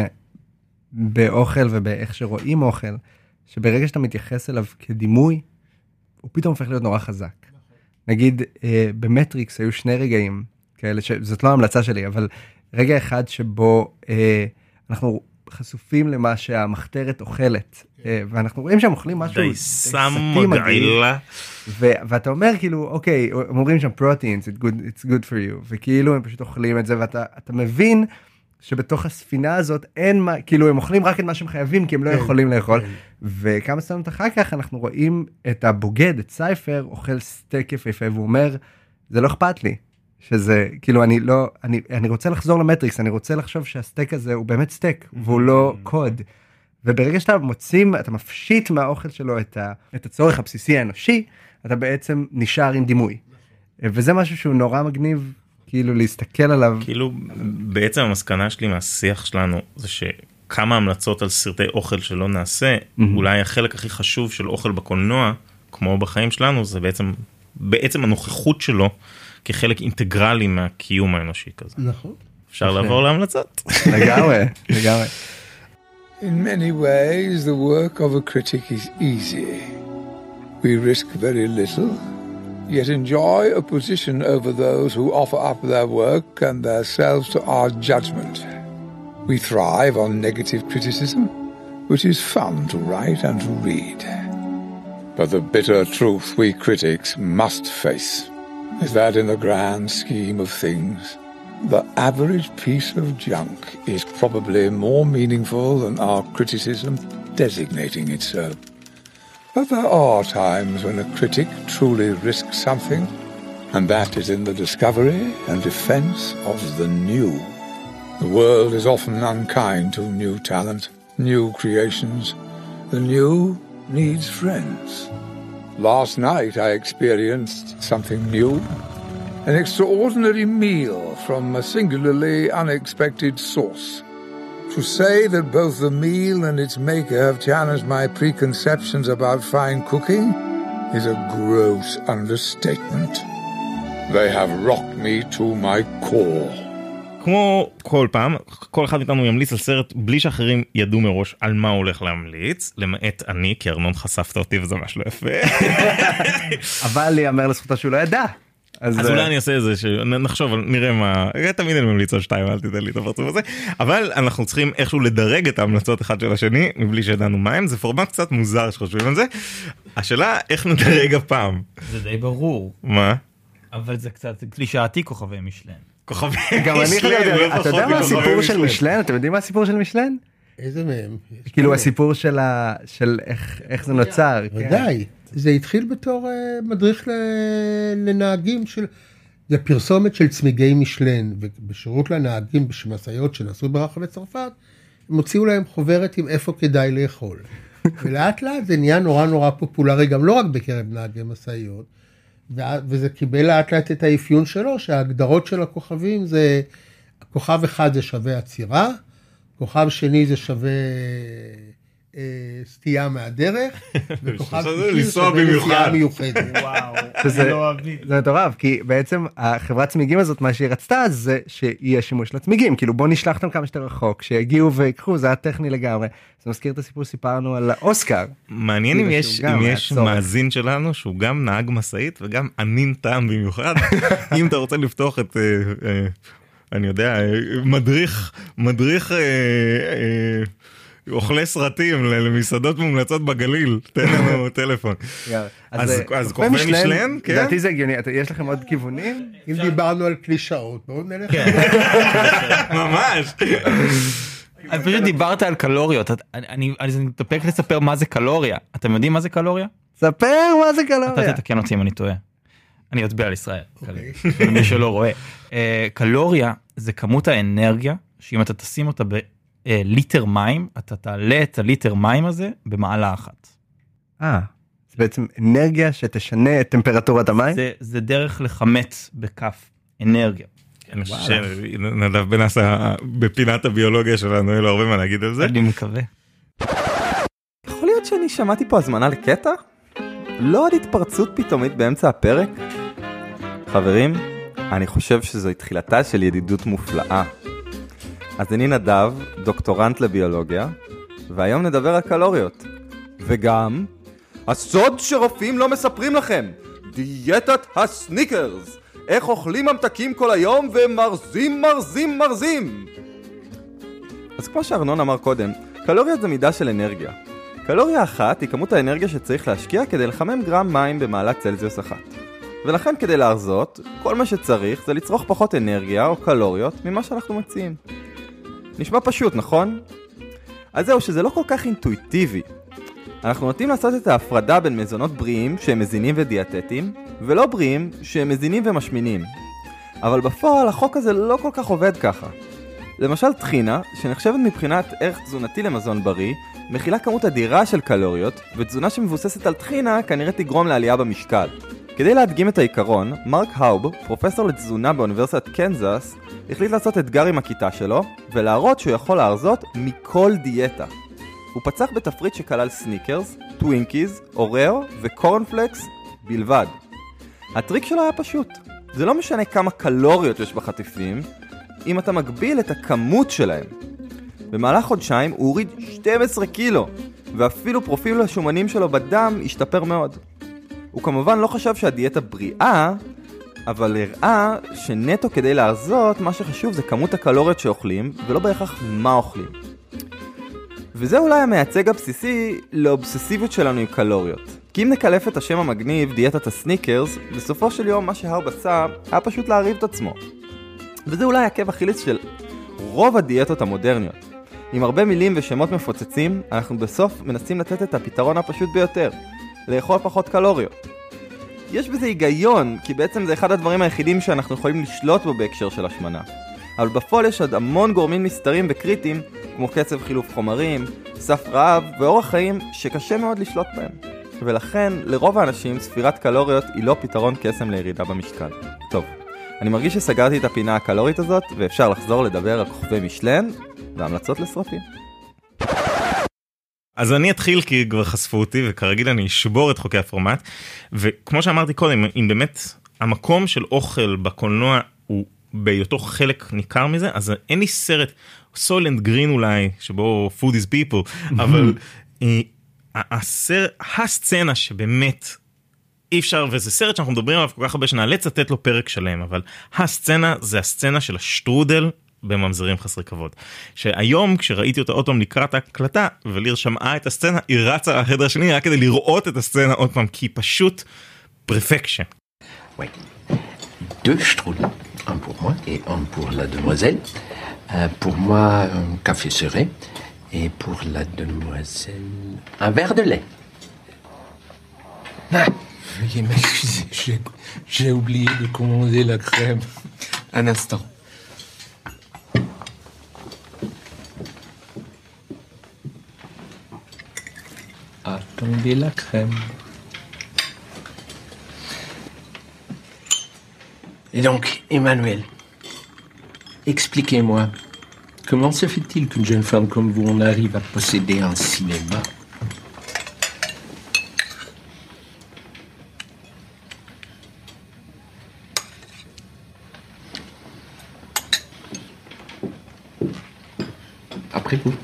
באוכל ובאיך שרואים אוכל, שברגע שאתה מתייחס אליו כדימוי, הוא פתאום הופך להיות נורא חזק. נגיד, במטריקס היו שני רגעים כאלה, זאת לא המלצה שלי, אבל רגע אחד שבו אנחנו חשופים למה שהמחתרת אוכלת, ואנחנו רואים שהם אוכלים משהו דייסם מגעילה, ואתה אומר כאילו, אוקיי, הם אומרים שם proteins, it's good for you, וכאילו הם פשוט אוכלים את זה, ואתה מבין שבתוך הספינה הזאת אין מה, כאילו הם אוכלים רק את מה שהם חייבים, כי הם לא יכולים לאכול, וכמה סתנות אחר כך אנחנו רואים את הבוגד, את סייפר, אוכל סטייק יפהפה, והוא אומר, זה לא אכפת לי, שזה, כאילו אני רוצה לחזור למטריקס, אני רוצה לחשוב שהסטייק הזה הוא באמת סטייק, והוא לא קוד, וברגע שאתה מוצאים, אתה מפשיט מהאוכל שלו את הצורך הבסיסי האנושי, אתה בעצם נשאר עם דימוי, וזה משהו שהוא נורא מגניב, כאילו להסתכל עליו. כאילו בעצם המסקנה שלי מהשיח שלנו זה שכמה המלצות על סרטי אוכל שלא נעשה, אולי החלק הכי חשוב של אוכל בקולנוע, כמו בחיים שלנו, זה בעצם הנוכחות שלו כחלק אינטגרלי מהקיום האנושי כזה. נכון. אפשר לעבור להמלצות. לגמרי, לגמרי. In many ways the work of a critic is easy. We risk very little. Yet enjoy a position over those who offer up their work and themselves to our judgment. We thrive on negative criticism, which is fun to write and to read. But the bitter truth we critics must face is that in the grand scheme of things, the average piece of junk is probably more meaningful than our criticism designating it so. But there are times when a critic truly risks something, and that is in the discovery and defense of the new. The world is often unkind to new talent, new creations. The new needs friends. Last night I experienced something new. An extraordinary meal from a singularly unexpected source. To say that both the meal and its maker have challenged my preconceptions about fine cooking is a gross understatement. They have rocked me to my core. כמו כל פעם, כל אחד מאיתנו ימליץ על סרט בלי שאחרים ידעו מראש על מה הוא הולך להמליץ, למעט אני, כי ארנון חשפת אותי וזה ממש לא יפה. אבל יאמר לזכותה שהוא לא ידע. אז אולי אני אעשה איזה, נחשוב, נראה מה, תמיד אני ממליץ על 2, אל תיתן לי את הפרצוף הזה, אבל אנחנו צריכים איכשהו לדרג את ההמלצות אחד של השני, מבלי שידענו מה הם, זה פורמט קצת מוזר שחושבים על זה. השאלה, איך נדרג הפעם? זה די ברור. מה? אבל זה קצת קלישאתי כוכבי משלן. כוכבי גם אני יודע, אתה יודע מה הסיפור של משלן? אתם יודעים מה הסיפור של משלן? איזה מהם? כאילו הסיפור של איך זה נוצר. ודאי. זה התחיל בתור מדריך לנהגים של, זה פרסומת של צמיגי משלן, ובשירות לנהגים במשאיות שנסעו ברחבי צרפת, הם הוציאו להם חוברת עם איפה כדאי לאכול. ולאט לאט זה נהיה נורא נורא פופולרי, גם לא רק בקרב נהגי משאיות, וזה קיבל לאט לאט את האפיון שלו, שההגדרות של הכוכבים זה, כוכב אחד זה שווה עצירה, כוכב שני זה שווה סטייה מהדרך, וכוכב שלישי שווה נסיעה מיוחדת. וואו, זה מטורף, כי בעצם החברת צמיגים הזאת, מה שהיא רצתה זה שיהיה שימוש לצמיגים, כאילו בוא נשלח אותם כמה שיותר רחוק, שיגיעו ויקחו, זה היה טכני לגמרי. זה מזכיר את הסיפור שסיפרנו על האוסקר. מעניין אם יש מאזין שלנו שהוא גם נהג מסעית וגם ענין טעם במיוחד, אם אתה רוצה לפתוח את, אני יודע, מדריך אוכלי סרטים למסעדות מומלצות בגליל, תן לנו טלפון. אז כוכבי משלן, כן? לדעתי זה הגיוני, יש לכם עוד כיוונים? אם דיברנו על קלישאות, בואו נלך. ממש. אני פשוט דיברת על קלוריות, אני מתאפק לספר מה זה קלוריה. אתם יודעים מה זה קלוריה? ספר מה זה קלוריה. אתה תתקן אותי אם אני טועה. אני אצביע על ישראל, מי שלא רואה. קלוריה זה כמות האנרגיה, שאם אתה תשים אותה ליטר מים, אתה תעלה את הליטר מים הזה במעלה אחת. זה בעצם אנרגיה שתשנה את טמפרטורת המים? זה דרך לחמת בכף אנרגיה. אני חושב שנדב בנסה בפינת הביולוגיה שלנו, אין לו הרבה מה להגיד על זה. אני מקווה. יכול להיות שאני שמעתי פה הזמנה לקטע? לא עוד התפרצות פתאומית באמצע הפרק? חברים, אני חושב שזו תחילתה של ידידות מופלאה. אז אני נדב, דוקטורנט לביולוגיה, והיום נדבר על קלוריות. וגם, הסוד שרופאים לא מספרים לכם, דיאטת הסניקרס. איך אוכלים ממתקים כל היום ומרזים. אז כמו שארנון אמר קודם, קלוריות זה מידה של אנרגיה. קלוריה אחת היא כמות האנרגיה שצריך להשקיע כדי לחמם גרם מים במעלת צלזיוס אחת. ולכן כדי להרזות, כל מה שצריך זה לצרוך פחות אנרגיה או קלוריות ממה שאנחנו מציעים. נשמע פשוט, נכון? אז זהו, שזה לא כל כך אינטואיטיבי. אנחנו נוטים לעשות את ההפרדה בין מזונות בריאים שהם מזינים ודיאטטיים, ולא בריאים שהם מזינים ומשמינים. אבל בפועל החוק הזה לא כל כך עובד ככה. למשל טחינה, שנחשבת מבחינת ערך תזונתי למזון בריא, מכילה כמות אדירה של קלוריות, ותזונה שמבוססת על טחינה כנראה תגרום לעלייה במשקל. כדי להדגים את העיקרון, מרק האוב, פרופסור לתזונה באוניברסיטת קנזס, החליט לעשות אתגר עם הכיתה שלו, ולהראות שהוא יכול להרזות מכל דיאטה. הוא פצח בתפריט שכלל סניקרס, טווינקיז, אורר וקורנפלקס בלבד. הטריק שלו היה פשוט. זה לא משנה כמה קלוריות יש בחטיפים, אם אתה מגביל את הכמות שלהם. במהלך חודשיים הוא הוריד 12 קילו, ואפילו פרופיל השומנים שלו בדם השתפר מאוד. הוא כמובן לא חשב שהדיאטה בריאה, אבל הראה שנטו כדי להרזות, מה שחשוב זה כמות הקלוריות שאוכלים, ולא בהכרח מה אוכלים. וזה אולי המייצג הבסיסי לאובססיביות שלנו עם קלוריות. כי אם נקלף את השם המגניב, דיאטת הסניקרס, בסופו של יום מה שהרב עשה היה פשוט להריב את עצמו. וזה אולי עקב אכילס של רוב הדיאטות המודרניות. עם הרבה מילים ושמות מפוצצים, אנחנו בסוף מנסים לתת את הפתרון הפשוט ביותר, לאכול פחות קלוריות. יש בזה היגיון, כי בעצם זה אחד הדברים היחידים שאנחנו יכולים לשלוט בו בהקשר של השמנה. אבל בפועל יש עוד המון גורמים נסתרים וקריטיים, כמו קצב חילוף חומרים, סף רעב ואורח חיים שקשה מאוד לשלוט בהם. ולכן, לרוב האנשים, ספירת קלוריות היא לא פתרון קסם לירידה במשקל. טוב, אני מרגיש שסגרתי את הפינה הקלורית הזאת, ואפשר לחזור לדבר על כוכבי משלן והמלצות לסרטים. אז אני אתחיל כי כבר חשפו אותי, וכרגיל אני אשבור את חוקי הפורמט, וכמו שאמרתי קודם, אם באמת המקום של אוכל בקולנוע הוא בהיותו חלק ניכר מזה, אז אין לי סרט, סוילנד גרין אולי, שבו food is people, אבל הסצנה שבאמת אי אפשר, וזה סרט שאנחנו מדברים עליו כל כך הרבה שנאלץ לתת לו פרק שלם, אבל הסצנה זה הסצנה של השטרודל בממזרים חסרי כבוד. שהיום כשראיתי אותה עוד פעם לקראת ההקלטה, וליר שמעה את הסצנה, היא רצה לחדר השני רק כדי לראות את הסצנה עוד פעם, כי היא פשוט פרפקשן. Oui. 2 strudels, un pour moi et un pour la demoiselle. Pour moi, un café serré. Et pour la demoiselle, un verre de lait. Ah, veuillez m'excuser, j'ai oublié de commander la crème. Un instant. Attendez la crème. Et donc, Emmanuel, expliquez-moi, comment se fait-il qu'une jeune femme comme vous en arrive à posséder un cinéma? Après vous.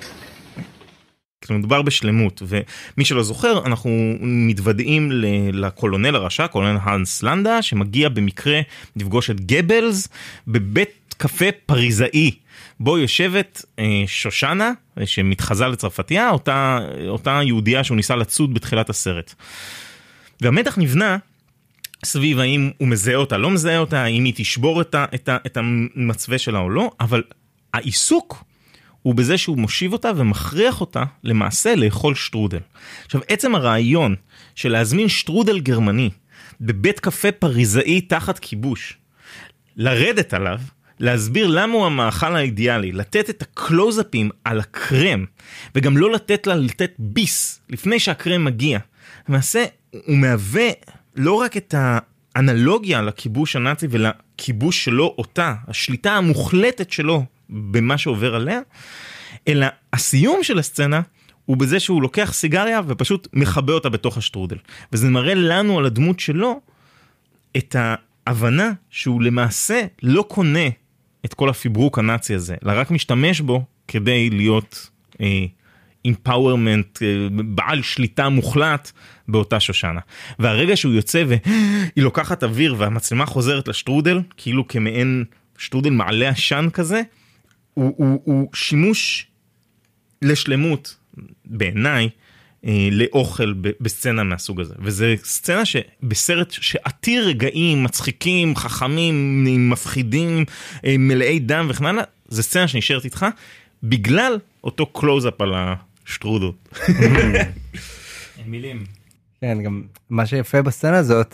מדובר בשלמות, ומי שלא זוכר, אנחנו מתוודעים לקולונל הרשע, קולונל הנס לנדה, שמגיע במקרה לפגוש את גבלס בבית קפה פריזאי, בו יושבת שושנה, שמתחזה לצרפתיה, אותה יהודיה שהוא ניסה לצוד בתחילת הסרט. והמתח נבנה סביב האם הוא מזהה אותה, לא מזהה אותה, האם היא תשבור את המצווה שלה או לא, אבל העיסוק הוא בזה שהוא מושיב אותה ומכריח אותה למעשה לאכול שטרודל. עכשיו, עצם הרעיון של להזמין שטרודל גרמני בבית קפה פריזאי תחת כיבוש, לרדת עליו, להסביר למה הוא המאכל האידיאלי, לתת את הקלוזאפים על הקרם, וגם לא לתת לה לתת ביס לפני שהקרם מגיע. למעשה, הוא מהווה לא רק את האנלוגיה לכיבוש הנאצי ולכיבוש שלו אותה, השליטה המוחלטת שלו במה שעובר עליה, אלא הסיום של הסצנה הוא בזה שהוא לוקח סיגריה ופשוט מחבא אותה בתוך השטרודל. וזה מראה לנו על הדמות שלו את ההבנה שהוא למעשה לא קונה את כל הפיברוק הנאצי הזה, אלא רק משתמש בו כדי להיות empowerment, בעל שליטה מוחלט באותה שושנה. והרגע שהוא יוצא והיא לוקחת אוויר והמצלמה חוזרת לשטרודל, כאילו כמעין שטרודל מעלה עשן כזה, הוא שימוש לשלמות בעיניי לאוכל בסצנה מהסוג הזה. וזה סצנה שבסרט שעתיר רגעים, מצחיקים, חכמים, מפחידים, מלאי דם וכן הלאה, זה סצנה שנשארת איתך בגלל אותו קלוז-אפ על השטרודל. אין מילים. כן, גם מה שיפה בסצנה הזאת,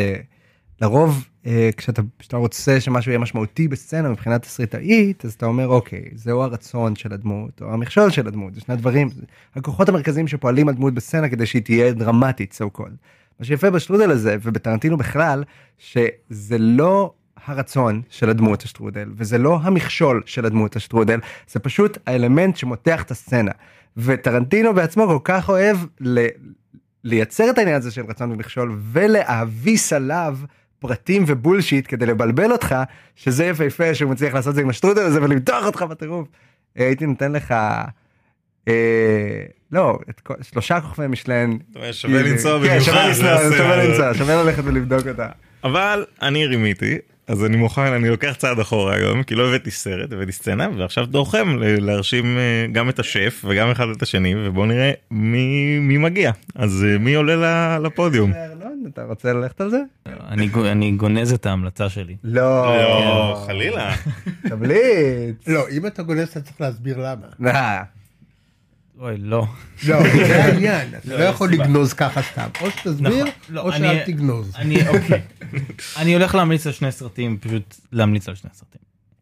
שלרוב כשאתה רוצה שמשהו יהיה משמעותי בסצנה מבחינת תסריטאית, אז אתה אומר, אוקיי, זהו הרצון של הדמות, או המכשול של הדמות, זה שני דברים, הכוחות המרכזיים שפועלים על דמות בסצנה כדי שהיא תהיה דרמטית, so called. מה שיפה בשטרודל הזה, ובטרנטינו בכלל, שזה לא הרצון של הדמות השטרודל, וזה לא המכשול של הדמות השטרודל, זה פשוט האלמנט שמותח את הסצנה. וטרנטינו בעצמו כל כך אוהב לייצר את העניין הזה של רצון ומכשול, ולהביס עליו פרטים ובולשיט כדי לבלבל אותך, שזה יפה שהוא מצליח לעשות זה עם השטרודל הזה ולמתוח אותך בטירוף. הייתי נותן לך, לא, 3 כוכבי משלן. שווה לנסוע במיוחד. שווה ללכת ולבדוק אותה. אבל אני רימיתי, אז אני מוכן, אני לוקח צעד אחורה היום, כי לא הבאתי סרט, הבאתי סצנה, ועכשיו דורכם להרשים גם את השף וגם אחד את השני, ובואו נראה מי מגיע. אז מי עולה לפודיום? אתה רוצה ללכת על זה? אני גונז את ההמלצה שלי. לא, חלילה. תבליץ. לא, אם אתה גונז אתה צריך להסביר למה. אוי, לא. לא, זה העניין, אתה לא יכול לגנוז ככה סתם. או שתסביר, או שאל תגנוז. אני הולך להמליץ על שני סרטים, פשוט להמליץ על שני סרטים.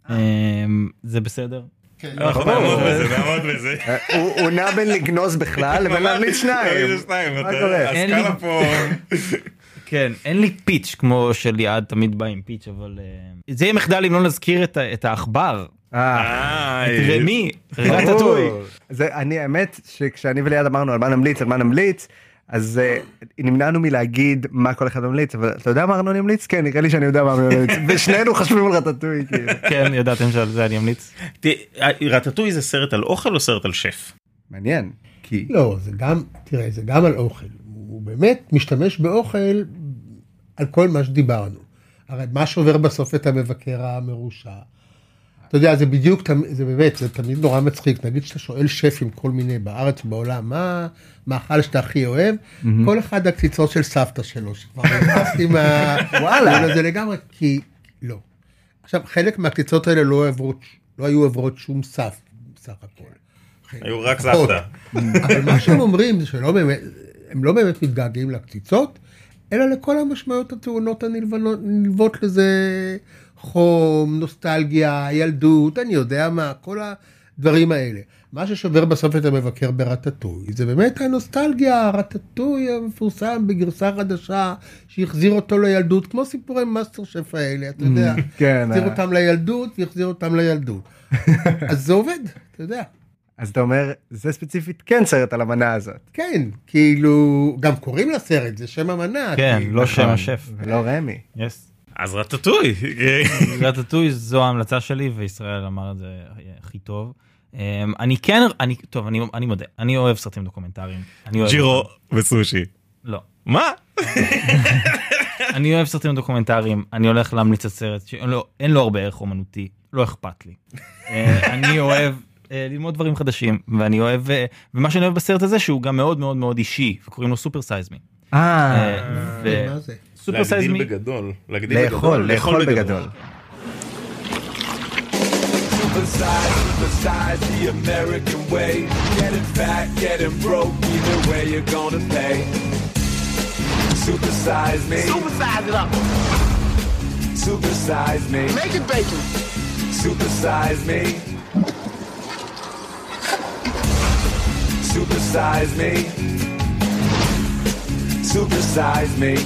זה בסדר? אנחנו נעמוד בזה. הוא נע בין לגנוז בכלל לבין להמליץ שניים. מה קורה? הסקאלה פה... כן, אין לי פיץ' כמו שליעד תמיד בא עם פיץ', אבל... זה יהיה מחדל אם לא נזכיר את העכבר. רמי, רטטוי. אני האמת שכשאני וליעד אמרנו על מה נמליץ, אז נמנענו מלהגיד מה כל אחד ממליץ, אבל אתה יודע מה ארנון ימליץ? כן, נראה לי שאני יודע מה ארנון ימליץ. ושנינו חשבים על רטטוי. כן, ידעתם שעל זה אני אמליץ. רטטוי זה סרט על אוכל או סרט על שף? מעניין. לא, זה גם, תראה, זה גם על אוכל. הוא באמת משתמש באוכל על כל מה שדיברנו. הרי מה שעובר בסוף את המבקר המרושע, אתה יודע, זה בדיוק, זה באמת, זה תמיד נורא מצחיק. נגיד שאתה שואל שפים כל מיני בארץ ובעולם, מה האכל שאתה הכי אוהב? כל אחד הקציצות של סבתא שלו, שכבר נכנסתי וואלה, זה לגמרי, כי לא. עכשיו, חלק מהקציצות האלה לא היו עוברות שום סף, בסך הכל. היו רק סבתא. אבל מה שהם אומרים זה הם לא באמת מתגעגעים לקציצות, אלא לכל המשמעויות הטעונות הנלוות לזה, חום, נוסטלגיה, ילדות, אני יודע מה, כל הדברים האלה. מה ששובר בסוף את המבקר ברטטוי, זה באמת הנוסטלגיה, הרטטוי המפורסם בגרסה חדשה, שהחזיר אותו לילדות, כמו סיפורי מאסטר שף האלה, אתה יודע. החזיר אותם לילדות, והחזיר אותם לילדות. אז זה עובד, אתה יודע. אז אתה אומר, זה ספציפית כן סרט על המנה הזאת. כן, כאילו, גם קוראים לסרט, זה שם המנה. כן, לא שם השף. ולא רמי. אז רטטוי. רטטוי זו ההמלצה שלי, וישראל אמר את זה הכי טוב. אני מודה, אני אוהב סרטים דוקומנטריים. ג'ירו וסושי. לא. מה? אני אוהב סרטים דוקומנטריים, אני הולך להמליץ את סרט, אין לו הרבה ערך אומנותי, לא אכפת לי. אני אוהב ללמוד דברים חדשים, ואני אוהב, ומה שאני אוהב בסרט הזה, שהוא גם מאוד מאוד מאוד אישי, וקוראים לו סופר סייז מי. מה זה? סופר סייז מי. להגדיל בגדול. לאכול בגדול. Supersize the American way. Getting fat, getting broke, either way you're gonna pay. Supersize me. Supersize it up. Supersize me. Make it bacon. Supersize me. Supersize me. Supersize me.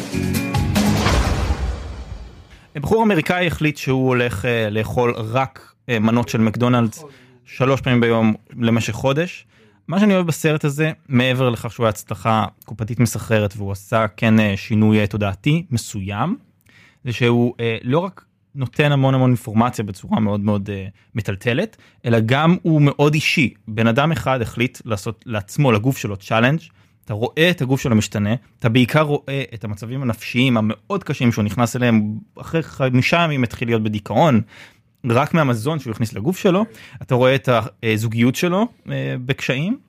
בחור אמריקאי החליט שהוא הולך לאכול רק מנות של מקדונלדס 3 פעמים ביום למשך חודש. מה שאני אוהב בסרט הזה, מעבר לכך שהוא היה הצלחה קופתית מסחררת, והוא עשה כן שינוי תודעתי מסוים, זה שהוא לא רק נותן המון אינפורמציה בצורה מאוד מאוד מטלטלת, אלא גם הוא מאוד אישי. בן אדם אחד החליט לעשות לעצמו, לגוף שלו, צ'אלנג'. אתה רואה את הגוף שלו משתנה, אתה בעיקר רואה את המצבים הנפשיים המאוד קשים שהוא נכנס אליהם, אחרי 5 ימים התחיל להיות בדיכאון, רק מהמזון שהוא הכניס לגוף שלו, אתה רואה את הזוגיות שלו בקשיים,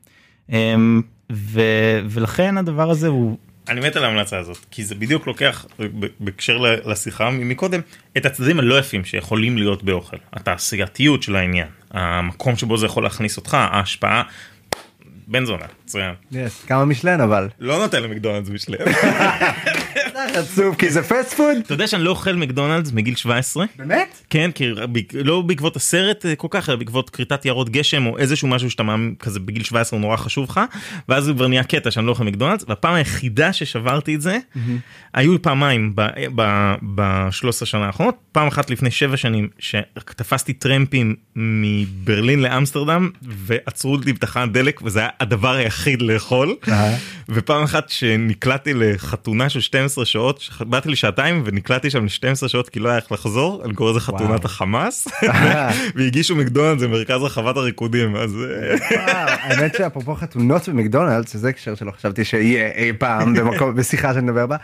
ולכן הדבר הזה הוא... אני מת על ההמלצה הזאת, כי זה בדיוק לוקח, בקשר לשיחה מקודם, את הצדדים הלא יפים שיכולים להיות באוכל, התעשייתיות של העניין, המקום שבו זה יכול להכניס אותך, ההשפעה, בן זונה, צוין. כמה משלן אבל. לא נותן למקדונלדס משלן. זה עצוב, כי זה פסט פוד. אתה יודע שאני לא אוכל מקדונלדס מגיל 17? באמת? כן, כי לא בעקבות הסרט כל כך, אלא בעקבות קריטת יערות גשם, או איזשהו משהו שאתה מאמין כזה בגיל 17 הוא נורא חשוב לך, ואז זה כבר נהיה קטע שאני לא אוכל מקדונלדס, והפעם היחידה ששברתי את זה, היו פעמיים ב-13 שנה האחרונות, פעם אחת לפני 7 שנים, שתפסתי טרמפים מברלין לאמסטרדם, ועצרו לי בתחנת דלק, וזה היה הדבר היחיד לאכול, ופעם אחת שנקלעתי לחתונה של 12 שעות, באתי לי 2 שעתיים ונקלעתי שם ל-12 שעות כי לא היה איך לחזור, אני קורא לזה חתונת החמאס, והגישו מקדונלדס, זה מרכז רחבת הריקודים, אז... האמת שאפרופו חתונות במקדונלדס, שזה הקשר שלא חשבתי שיהיה אי פעם בשיחה שנדבר בה,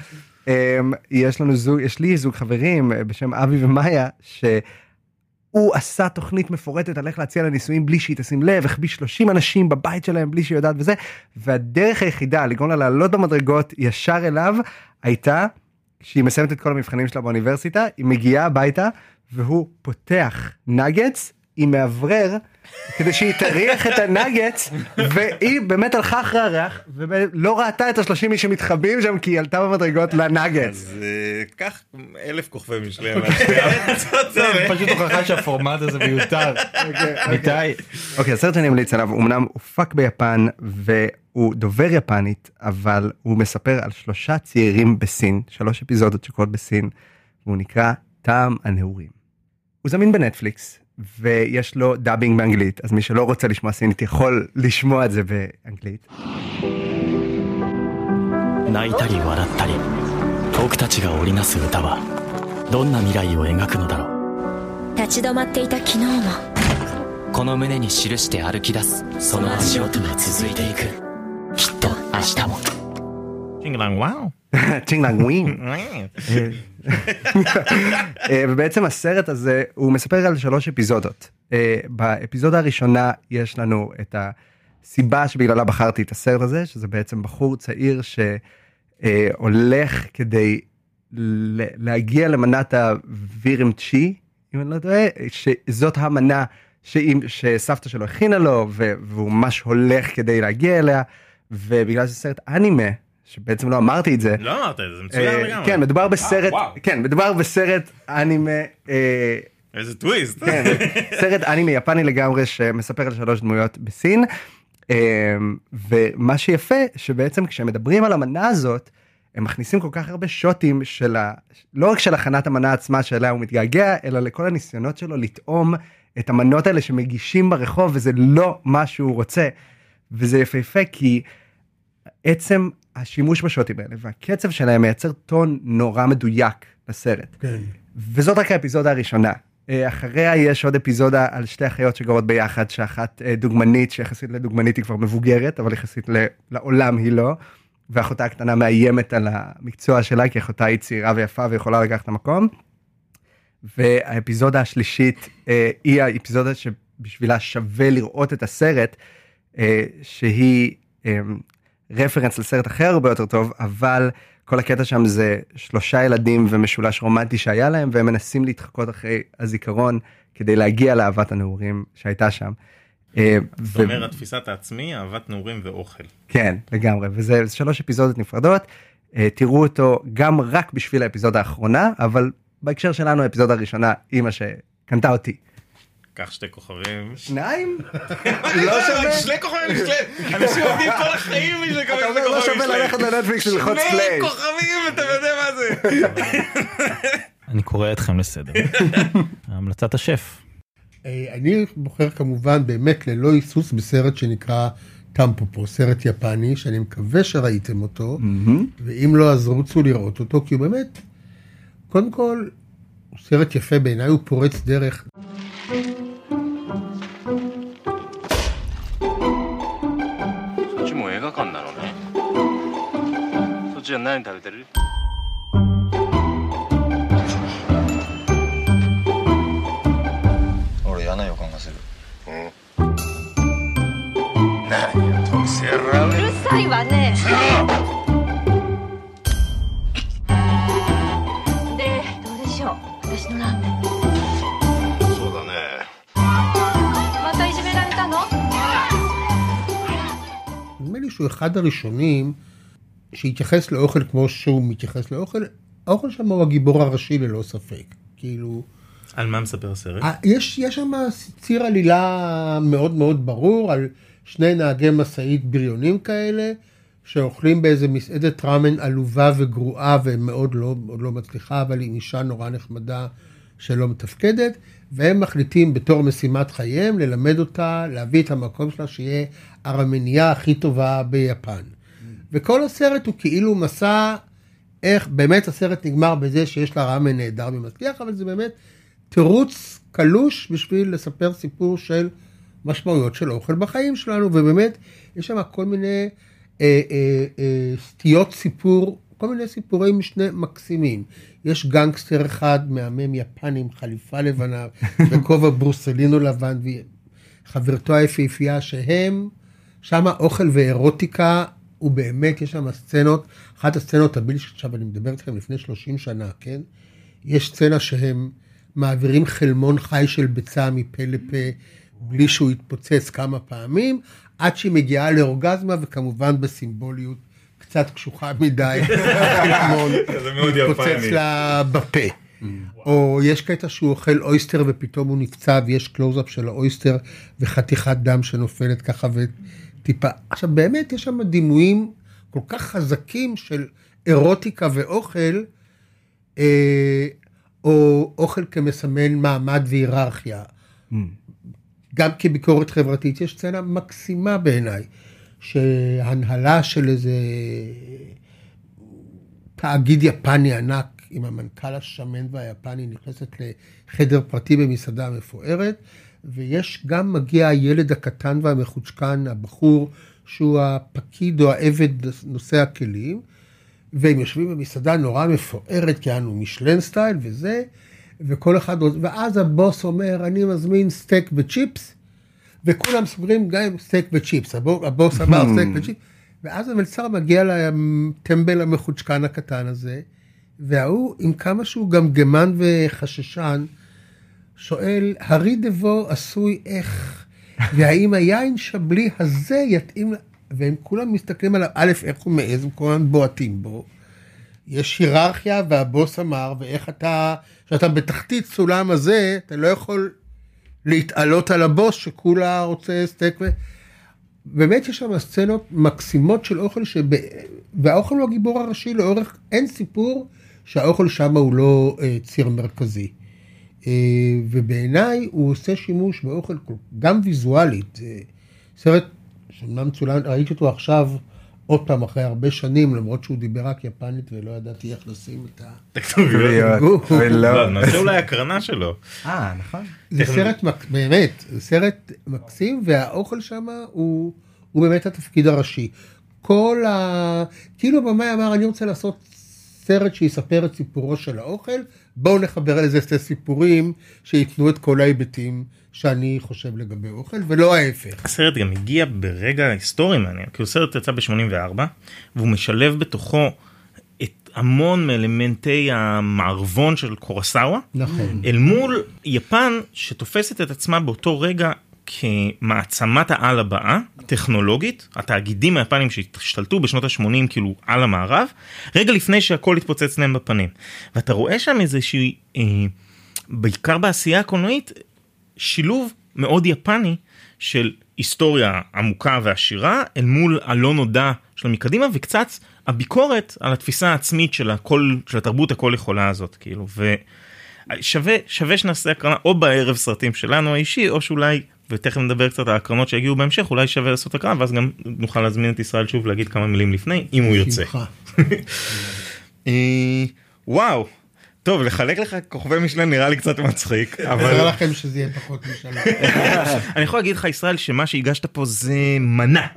יש לי זוג חברים בשם אבי ומאיה, שהוא עשה תוכנית מפורטת על איך להציע לנישואים בלי שהיא תשים לב, החביא 30 אנשים בבית שלהם בלי שהיא יודעת וזה, והדרך היחידה לגרום לה לעלות במדרגות ישר אליו, הייתה, כשהיא מסיימת את כל המבחנים שלה באוניברסיטה, היא מגיעה הביתה, והוא פותח נגץ, היא מעברר, כדי שהיא תריח את הנגץ, והיא באמת הלכה אחרי הריח, ולא ראתה את 30 מי שמתחבאים שם, כי היא עלתה במדרגות לנגץ. אז כך 1,000 כוכבי משלם. פשוט הוכחה שהפורמט הזה מיותר. אוקיי, הסרט שאני ממליץ עליו, אמנם הופק ביפן, והוא דובר יפנית, אבל הוא מספר על 3 צעירים בסין, 3 אפיזודות שקורות בסין, והוא נקרא טעם הנעורים. הוא זמין בנטפליקס, ויש לו דאבינג באנגלית, אז מי שלא רוצה לשמוע סינית יכול לשמוע את זה באנגלית. 泣いたり笑ったり僕たちが織りなす歌はどんな未来を描くのだろう。立ち止まっていた昨日もこの胸に記して歩き出すその足音が続いていくきっと明日も。 צ'ינגלנג וואו. צ'ינגלנג ווין. ובעצם הסרט הזה הוא מספר על 3 אפיזודות. באפיזודה הראשונה יש לנו את הסיבה שבגללה בחרתי את הסרט הזה, שזה בעצם בחור צעיר שהולך כדי להגיע למנת הווירמצ'י, אם אני לא טועה, שזאת המנה שסבתא שלו הכינה לו, והוא ממש הולך כדי להגיע אליה, ובגלל שזה סרט אנימה, שבעצם לא אמרתי את זה. לא אמרת את זה, זה מצוין לגמרי. כן, מדובר בסרט אנימה. איזה טוויסט. כן, סרט אנימה יפני לגמרי שמספר על 3 דמויות בסין, ומה שיפה שבעצם כשהם מדברים על המנה הזאת, הם מכניסים כל כך הרבה שוטים לא רק של הכנת המנה עצמה שאליה הוא מתגעגע, אלא לכל הניסיונות שלו לטעום את המנות האלה שמגישים ברחוב, וזה לא מה שהוא רוצה. וזה יפה כי עצם השימוש בשוטים האלה והקצב שלהם מייצר טון נורא מדויק לסרט. כן. וזאת רק האפיזודה הראשונה. אחריה יש עוד אפיזודה על 2 אחיות שגרות ביחד, שאחת דוגמנית, שיחסית לדוגמנית היא כבר מבוגרת, אבל יחסית לעולם היא לא, ואחותה הקטנה מאיימת על המקצוע שלה, כי אחותה היא צעירה ויפה ויכולה לקחת את המקום. והאפיזודה השלישית היא האפיזודה שבשבילה שווה לראות את הסרט, שהיא רפרנס לסרט אחר הרבה יותר טוב, אבל כל הקטע שם זה 3 ילדים ומשולש רומנטי שהיה להם, והם מנסים להתחקות אחרי הזיכרון, כדי להגיע לאהבת הנעורים שהייתה שם. זאת אומרת, תפיסת העצמי, אהבת נעורים ואוכל. כן, לגמרי, וזה 3 אפיזודות נפרדות, תראו אותו גם רק בשביל האפיזודה האחרונה, אבל בהקשר שלנו האפיזודה הראשונה, אמא שקנתה אותי. קח 2 כוכבים. 2? לא שווה. 2 כוכבים, אנשים עובדים כל החיים בשביל לקבל 2 כוכבים. לא שווה ללכת לנטפליקס וללחוץ פליי. 2 כוכבים, אתה יודע מה זה. אני קורא אתכם לסדר. המלצת השף. אני בוחר כמובן באמת ללא היסוס בסרט שנקרא טמפופו, סרט יפני, שאני מקווה שראיתם אותו, ואם לא אז רוצו לראות אותו, כי הוא באמת, קודם כל, הוא סרט יפה בעיניי, הוא פורץ דרך. じゃあ何食べてる？俺嫌な予感がする。何よ、特性らうるさいわね。で、どうでしょう、私のラーメン。そうだね。またいじめられたの？ נדמה לי שהוא אחד הראשונים שהתייחס לאוכל כמו שהוא מתייחס לאוכל, האוכל שם הוא הגיבור הראשי ללא ספק, כאילו... על מה מספר הסרט? יש שם ציר עלילה מאוד מאוד ברור, על 2 נהגי משאית בריונים כאלה, שאוכלים באיזה מסעדת ראמן עלובה וגרועה, ומאוד לא מצליחה, אבל היא אישה נורא נחמדה שלא מתפקדת, והם מחליטים בתור משימת חייהם, ללמד אותה, להביא את המקום שלה, שיהיה הרמניה הכי טובה ביפן. וכל הסרט הוא כאילו מסע, איך באמת הסרט נגמר בזה שיש לה ראמן נהדר ומצליח, אבל זה באמת תירוץ קלוש בשביל לספר סיפור של משמעויות של אוכל בחיים שלנו, ובאמת יש שם כל מיני סטיות סיפור כל מיני סיפורי משנה מקסימים. יש גנגסטר אחד מהמם יפני עם חליפה לבנה וכובע ברוסלינו לבן וחברתו היפהפייה שהם, שם אוכל ואירוטיקה, ובאמת יש שם סצנות, אחת הסצנות הבלתי שעכשיו אני מדבר איתכם לפני 30 שנה, כן? יש סצנה שהם מעבירים חלמון חי של ביצה מפה לפה, בלי שהוא יתפוצץ כמה פעמים, עד שהיא מגיעה לאורגזמה, וכמובן בסימבוליות קצת קשוחה מדי, חלמון מתפוצץ לה בפה. או יש קטע שהוא אוכל אויסטר ופתאום הוא נפצע, ויש קלוז-אפ של האויסטר וחתיכת דם שנופלת ככה וטיפה. עכשיו באמת יש שם דימויים כל כך חזקים של אירוטיקה ואוכל, או אוכל כמסמן מעמד והיררכיה. גם כביקורת חברתית, יש סצנה מקסימה בעיניי, שהנהלה של איזה תאגיד יפני ענק, עם המנכ"ל השמן והיפני, נכנסת לחדר פרטי במסעדה מפוארת, ויש גם מגיע הילד הקטן והמחוצ'קן, הבחור, שהוא הפקיד או העבד נושא הכלים, והם יושבים במסעדה נורא מפוארת, כי אנו משלן סטייל וזה, וכל אחד, ואז הבוס אומר, אני מזמין סטייק וצ'יפס, וכולם סוגרים גם סטייק וצ'יפס, הבוס אמר סטייק וצ'יפס, ואז המלצר מגיע לטמבל המחוצ'קן הקטן הזה, והוא, עם כמה שהוא גם גמן וחששן, שואל, הרי דבו עשוי איך, והאם היין שבלי הזה יתאים, והם כולם מסתכלים עליו, א', איך הוא מעז, הם כולם בועטים בו, יש היררכיה, והבוס אמר, ואיך אתה, שאתה בתחתית סולם הזה, אתה לא יכול להתעלות על הבוס, שכולה רוצה סטייק, באמת יש שם סצנות מקסימות של אוכל, והאוכל הוא הגיבור הראשי, לאורך אין סיפור, שהאוכל שם הוא לא ציר מרכזי. ובעיניי הוא עושה שימוש באוכל גם ויזואלית. סרט שאומנם צולם, ראיתי אותו עכשיו עוד פעם אחרי הרבה שנים, למרות שהוא דיבר רק יפנית ולא ידעתי איך לשים את הכתוביות. נעשה אולי הקרנה שלו. נכון. זה סרט, באמת, זה סרט מקסים, והאוכל שם הוא באמת התפקיד הראשי. כאילו במאי אמר, אני רוצה לעשות סרט שיספר את סיפורו של האוכל, בואו נחבר על זה שתי סיפורים שיתנו את כל ההיבטים שאני חושב לגבי אוכל, ולא ההפך. הסרט גם הגיע ברגע היסטורי מעניין, כי הוא סרט יצא ב-84, והוא משלב בתוכו את המון מאלמנטי המערבון של קורוסאווה, נכון. אל מול יפן שתופסת את עצמה באותו רגע כמעצמת העל הבאה, טכנולוגית, התאגידים היפנים שהשתלטו בשנות ה-80 כאילו על המערב, רגע לפני שהכל התפוצץ להם בפנים. ואתה רואה שם איזושהי, בעיקר בעשייה הקולנועית, שילוב מאוד יפני של היסטוריה עמוקה ועשירה, אל מול הלא נודע של מקדימה, וקצת הביקורת על התפיסה העצמית של התרבות הכל יכולה הזאת, כאילו, ושווה שנעשה הקרנה, או בערב סרטים שלנו האישי, או שאולי, ותכף נדבר קצת על הקרנות שהגיעו בהמשך, אולי שווה לעשות הקרנה, ואז גם נוכל להזמין את ישראל שוב להגיד כמה מילים לפני, אם הוא ירצה. וואו. טוב, לחלק לך כוכבי משלן נראה לי קצת מצחיק, אבל... נראה לכם שזה יהיה פחות משלן. אני יכול להגיד לך, ישראל, שמה שהגשת פה זה מנה.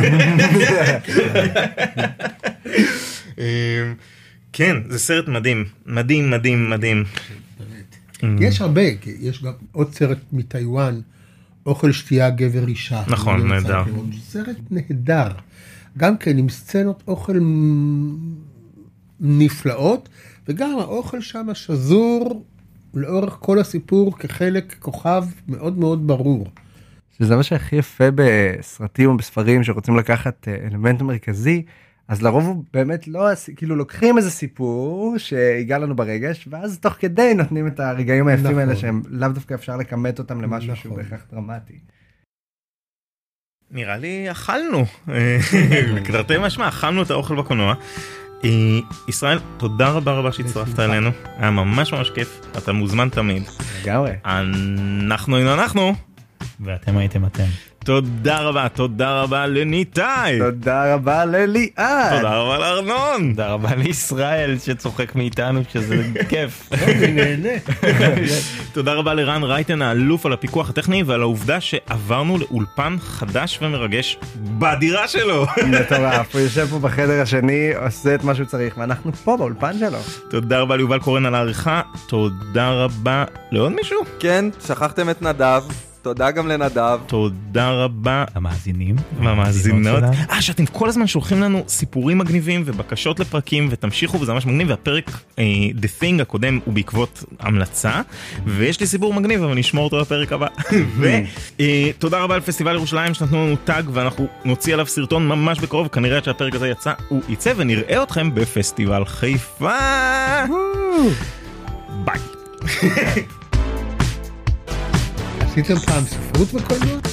כן, זה סרט מדהים. מדהים, מדהים, מדהים. יש הרבה, יש גם עוד סרט מטיואן, אוכל שתייה גבר אישה. נכון, נהדר. סרט נהדר. גם כן עם סצנות אוכל נפלאות, וגם האוכל שם שזור לאורך כל הסיפור כחלק כוכב מאוד מאוד ברור. שזה מה שהכי יפה בסרטים ובספרים שרוצים לקחת אלמנט מרכזי, אז לרוב הוא באמת לא, כאילו לוקחים איזה סיפור שהגיע לנו ברגש, ואז תוך כדי נותנים את הרגעים היפים האלה שהם לאו דווקא אפשר לכמת אותם למשהו שהוא בהכרח דרמטי. נראה לי אכלנו, תרתי משמע, אכלנו את האוכל בקולנוע. ישראל, תודה רבה רבה שהצטרפת אלינו, היה ממש ממש כיף, אתה מוזמן תמיד. לגמרי. אנחנו היינו אנחנו, ואתם הייתם אתם. תודה רבה לניתאי. תודה רבה לליעד. תודה רבה לארנון. תודה רבה לישראל שצוחק מאיתנו שזה כיף. אני נהנה. תודה רבה לרן רייטן האלוף על הפיקוח הטכני ועל העובדה שעברנו לאולפן חדש ומרגש בדירה שלו. מטורף, הוא יושב פה בחדר השני, עושה את מה שהוא צריך, ואנחנו פה באולפן שלו. תודה רבה ליובל קורן על העריכה, תודה רבה לעוד מישהו? כן, שכחתם את נדב. תודה גם לנדב. תודה רבה למאזינים והמאזינות. שאתם כל הזמן שולחים לנו סיפורים מגניבים ובקשות לפרקים, ותמשיכו, וזה ממש מגניב. והפרק The Thing הקודם הוא בעקבות המלצה, ויש לי סיפור מגניב אבל נשמור אותו לפרק הבא. ותודה רבה לפסטיבל ירושלים שנתנו לנו טאג, ואנחנו נוציא עליו סרטון ממש בקרוב. כנראה שהפרק הזה הוא יצא, ונראה אתכם בפסטיבל חיפה. ביי. עשיתם פעם ספרות בקולנוע?